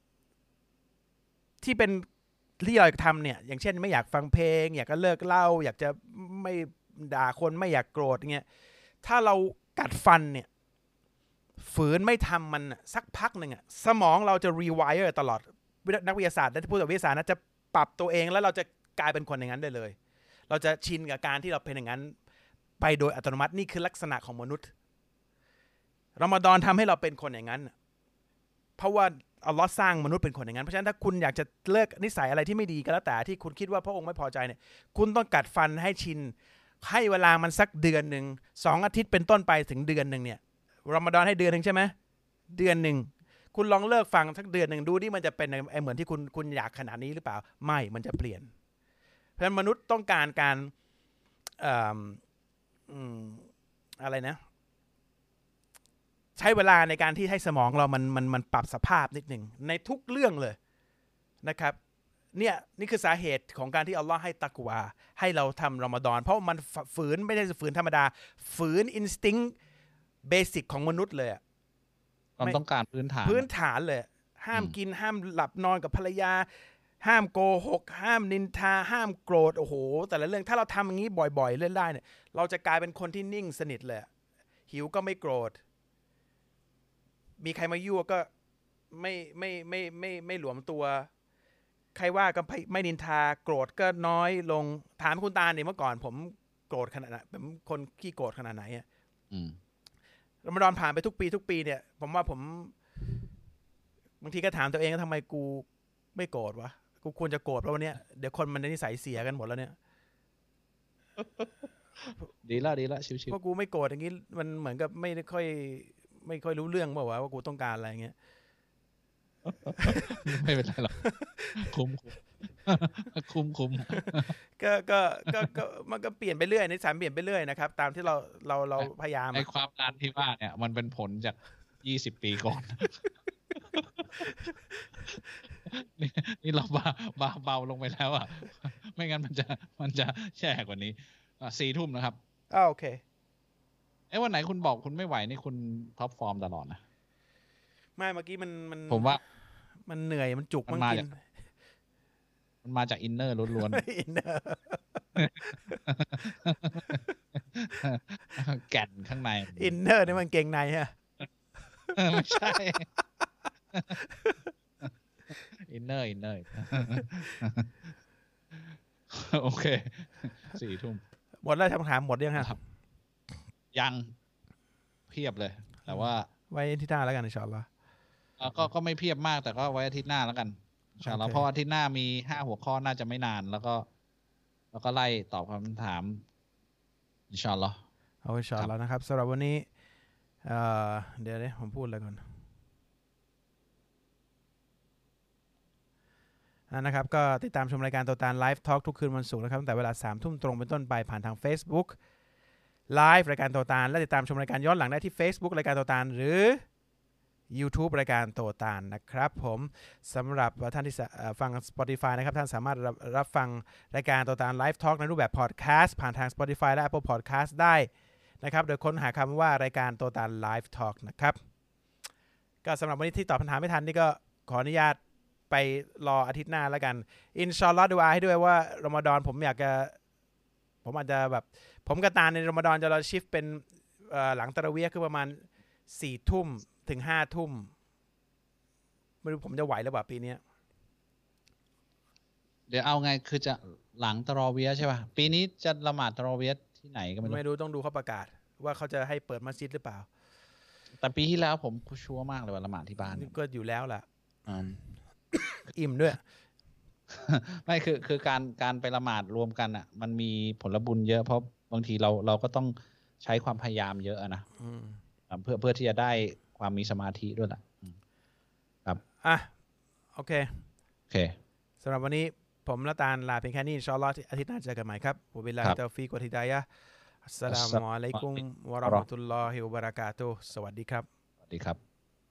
ที่เป็นที่เราทำเนี่ยอย่างเช่นไม่อยากฟังเพลงอยากจะเลิกเหล้าอยากจะไม่ด่าคนไม่อยากโกรธเงี้ยถ้าเรากัดฟันเนี่ยฝืนไม่ทำมันสักพักหนึ่งสมองเราจะรีไวร์ตลอดนักวิทยาศาสตร์และผู้วิทยาศาสตร์จะปรับตัวเองแล้วเราจะกลายเป็นคนอย่างนั้นได้เลยเราจะชินกับการที่เราเป็นอย่างนั้นไปโดยอัตโนมัตินี่คือลักษณะของมนุษย์รอมฎอนทำให้เราเป็นคนอย่างนั้นเพราะว่าอัลลอฮ์สร้างมนุษย์เป็นคนอย่างนั้นเพราะฉะนั้นถ้าคุณอยากจะเลิกนิสัยอะไรที่ไม่ดีก็แล้วแต่ที่คุณคิดว่าพระองค์ไม่พอใจเนี่ยคุณต้องกัดฟันให้ชินให้เวลามันสักเดือนนึง2 อาทิตย์เป็นต้นไปถึงเดือนนึงเนี่ยรอมฎอนให้เดือนนึงใช่ไหมเดือนนึงคุณลองเลิกฟังสักเดือนนึงดูที่มันจะเป็นเหมือนที่คุณอยากขนาดนี้หรือเปล่าไม่มันจะเปลี่ยนเพราะฉะนั้นมนุษย์ต้องการการอะไรนะใช้เวลาในการที่ให้สมองเรามันปรับสภาพนิดหนึ่งในทุกเรื่องเลยนะครับเนี่ยนี่คือสาเหตุของการที่อัลลอฮ์ให้ตักวาให้เราทำรอมฎอนเพราะมันฝืนไม่ได้ฝืนธรรมดาฝืนอินสติ้งเบสิกของมนุษย์เลยความต้องการพื้นฐานเลยห้ามกินห้ามหลับนอนกับภรรยาห้ามโกหกห้ามนินทาห้ามโกรธโอ้โหแต่ละเรื่องถ้าเราทำอย่างนี้บ่อยๆเล่นได้เนี่ยเราจะกลายเป็นคนที่นิ่งสนิทเลยหิวก็ไม่โกรธมีใครมายั่วก็ไม่หลวมตัวใครว่าก็ไม่นินทาโกรธก็น้อยลงถามคุณตาเนี่ยเมื่อก่อนผมโกรธขนาดไหนผมคนขี้โกรธขนาดไหนอ่ะรอมฎอนผ่านไปทุกปีเนี่ยผมว่าผมบางทีก็ถามตัวเองว่าทำไมกูไม่โกรธวะกูควรจะโกรธเพราะวันนี้เดี๋ยวคนมันนิสัยเสียกันหมดแล้วเนี่ยดีละชิวๆเพราะกูไม่โกรธอย่างนี้มันเหมือนกับไม่ค่อยรู้เรื่องป่าวว่ากูต้องการอะไรอย่างเงี้ยไม่เป็นไรหรอกคุ้มก็มันก็เปลี่ยนไปเรื่อยนิสัยเปลี่ยนไปเรื่อยนะครับตามที่เราพยายามไอ้ความนานที่ว่าเนี่ยมันเป็นผลจาก20 ปีก่อนนี่เราเบาลงไปแล้วอ่ะไม่งั้นมันจะแย่กว่านี้4 ทุ่มนะครับโอเควันไหนคุณบอกคุณไม่ไหวนี่คุณท็อปฟอร์มตลอดนะไม่เมื่อกี้มันผมว่ามันเหนื่อยมันจุกมันกินมันมาจากอินเนอร์ล้วนๆอินเนอร์แก่นข้างในอินเนอร์นี่มันเก่งในฮะไม่ใช่อินเนอร์โอเค4 ทุ่มหมดแล้วคำถามหมดยังครับยังเพียบเลยแต่ว่าไว้อาทิตย์หน้าแล้วกันอินชาอัลลอฮ์ก็ไม่เพียบมากแต่ก็ไว้อาทิตย์หน้าแล้วกันอินชาอัลลอฮ์เพราะอาทิตย์หน้ามี5 หัวข้อน่าจะไม่นานแล้วก็ไล่ตอบคำถามอินชาอัลลอฮ์อินชาอัลลอฮ์นะครับสำหรับวันนี้เดี๋ยวผมพูดอะไรก่อนนะครับก็ติดตามชมรายการโตตานไลฟ์ทอล์กทุกคืนวันศุกร์นะครับตั้งแต่เวลา 3 ทุ่มตรงเป็นต้นไปผ่านทาง Facebook ไลฟ์รายการโตตานและติดตามชมรายการย้อนหลังได้ที่ Facebook รายการโตตานหรือ YouTube รายการโตตานนะครับผมสำหรับท่านที่ฟัง Spotify นะครับท่านสามารถรับฟังรายการโตตานไลฟ์ทอล์กในรูปแบบพอดแคสต์ผ่านทาง Spotify และ Apple Podcast ได้นะครับโดยค้นหาคำว่ารายการโตตานไลฟ์ทอล์กนะครับก็สำหรับวันนี้ที่ตอบคำถามไม่ทันนี่ก็ขออนุญาตไปรออาทิตย์หน้าแล้วกันอินชาอัลลอฮ์ดูอาให้ด้วยว่ารอมฎอนผมอาจจะแบบผมกับตาในรอมฎอนจะเราชิฟเป็นหลังตะเราะวีห์คือประมาณ4 ทุ่มถึง5 ทุ่มไม่รู้ผมจะไหวหรือเปล่าปีนี้เดี๋ยวเอาไงคือจะหลังตะเราะวีห์ใช่ป่ะปีนี้จะละหมาดตะเราะวีห์ที่ไหนก็ไม่รู้ต้องดูเขาประกาศว่าเขาจะให้เปิดมัสยิดหรือเปล่าแต่ปีที่แล้วผมชัวร์มากเลยว่าละหมาดที่บ้านก็อยู่แล้วแหละอิ่มด้วยไม่คือการไปละหมาดรวมกันอ่ะมันมีผลบุญเยอะเพราะบางทีเราก็ต้องใช้ความพยายามเยอะนะเพื่อที่จะได้ความมีสมาธิด้วยแหละครับโอเคสำหรับวันนี้ผมและตาลลาเพียงแค่นี้อินชาอัลลอฮ์อาทิตย์หน้าเจอกันใหม่ครับวะบิลลาฮิตอฟิกวะฮิดายะฮ์อัสสลามุอะลัยกุมวะเราะห์มะตุลลอฮิวะบะเราะกาตุฮ์สวัสดีครับสวัสดีครับ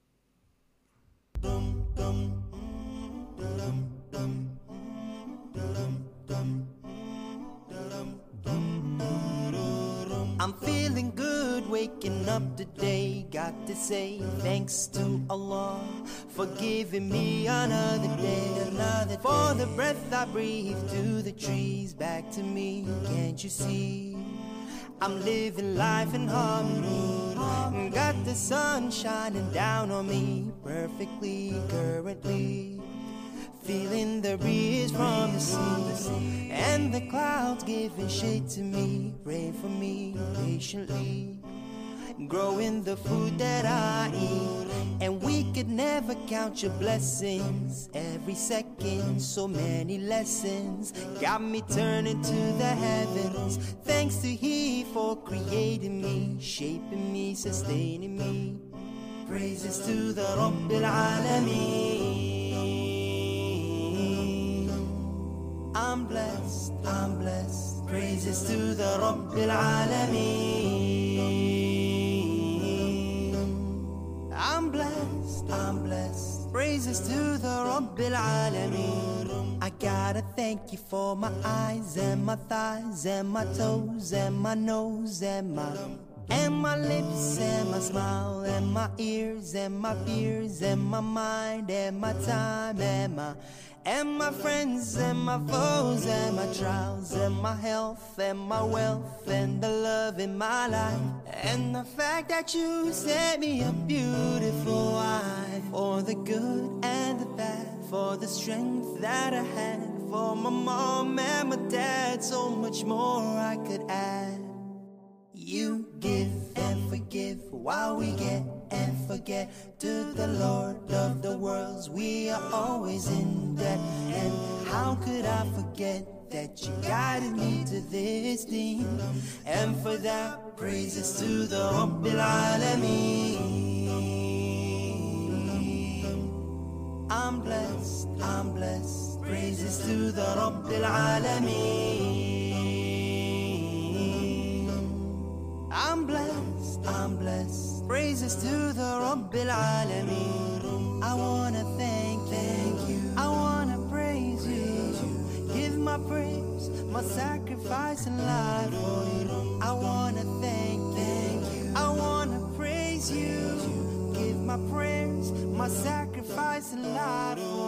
I'm feeling good waking up today. Got to say thanks to Allah for giving me another day. For the breath I breathe to the trees back to me. Can't you see? I'm living life in harmony. Got the sun shining down on me perfectly currently. Feeling the breeze from the sea and the clouds giving shade to me, rain for me patiently, growing the food that I eat. And we could never count your blessings. Every second, so many lessons got me turning to the heavens. Thanks to He for creating me, shaping me, sustaining me. Praises to the Rabbil Alameen. I'm blessed, I'm blessed. Praises to the Rabbil Alameen. I'm blessed, I'm blessed. Praises praises to the Rabbil Alameen. I gotta thank you for my eyes and my thighs and my toes and my nose and my lips and my smile and my ears and my fears and my mind and my time and my friends and my foes and my trials and my health and my wealth and the love in my life and the fact that you set me a beautiful wife for the good and the bad, for the strength that I had, for my mom and my dad, so much more I could add. You give and forgive while we get and forget. To the Lord of the worlds we are always in debt. And how could I forget that you guided me to this thing? And for that, praises to the Rabbil Alameen. I'm blessed, I'm blessed. Praises to the Rabbil Alameen. I'm blessed, I'm blessed. Praises to the Rabbil Alameen. I wanna thank you. I wanna praise you. Give my praise, my sacrifice and life for you. I wanna thank you. I wanna praise you. Give my prayers, my sacrifice and life for you.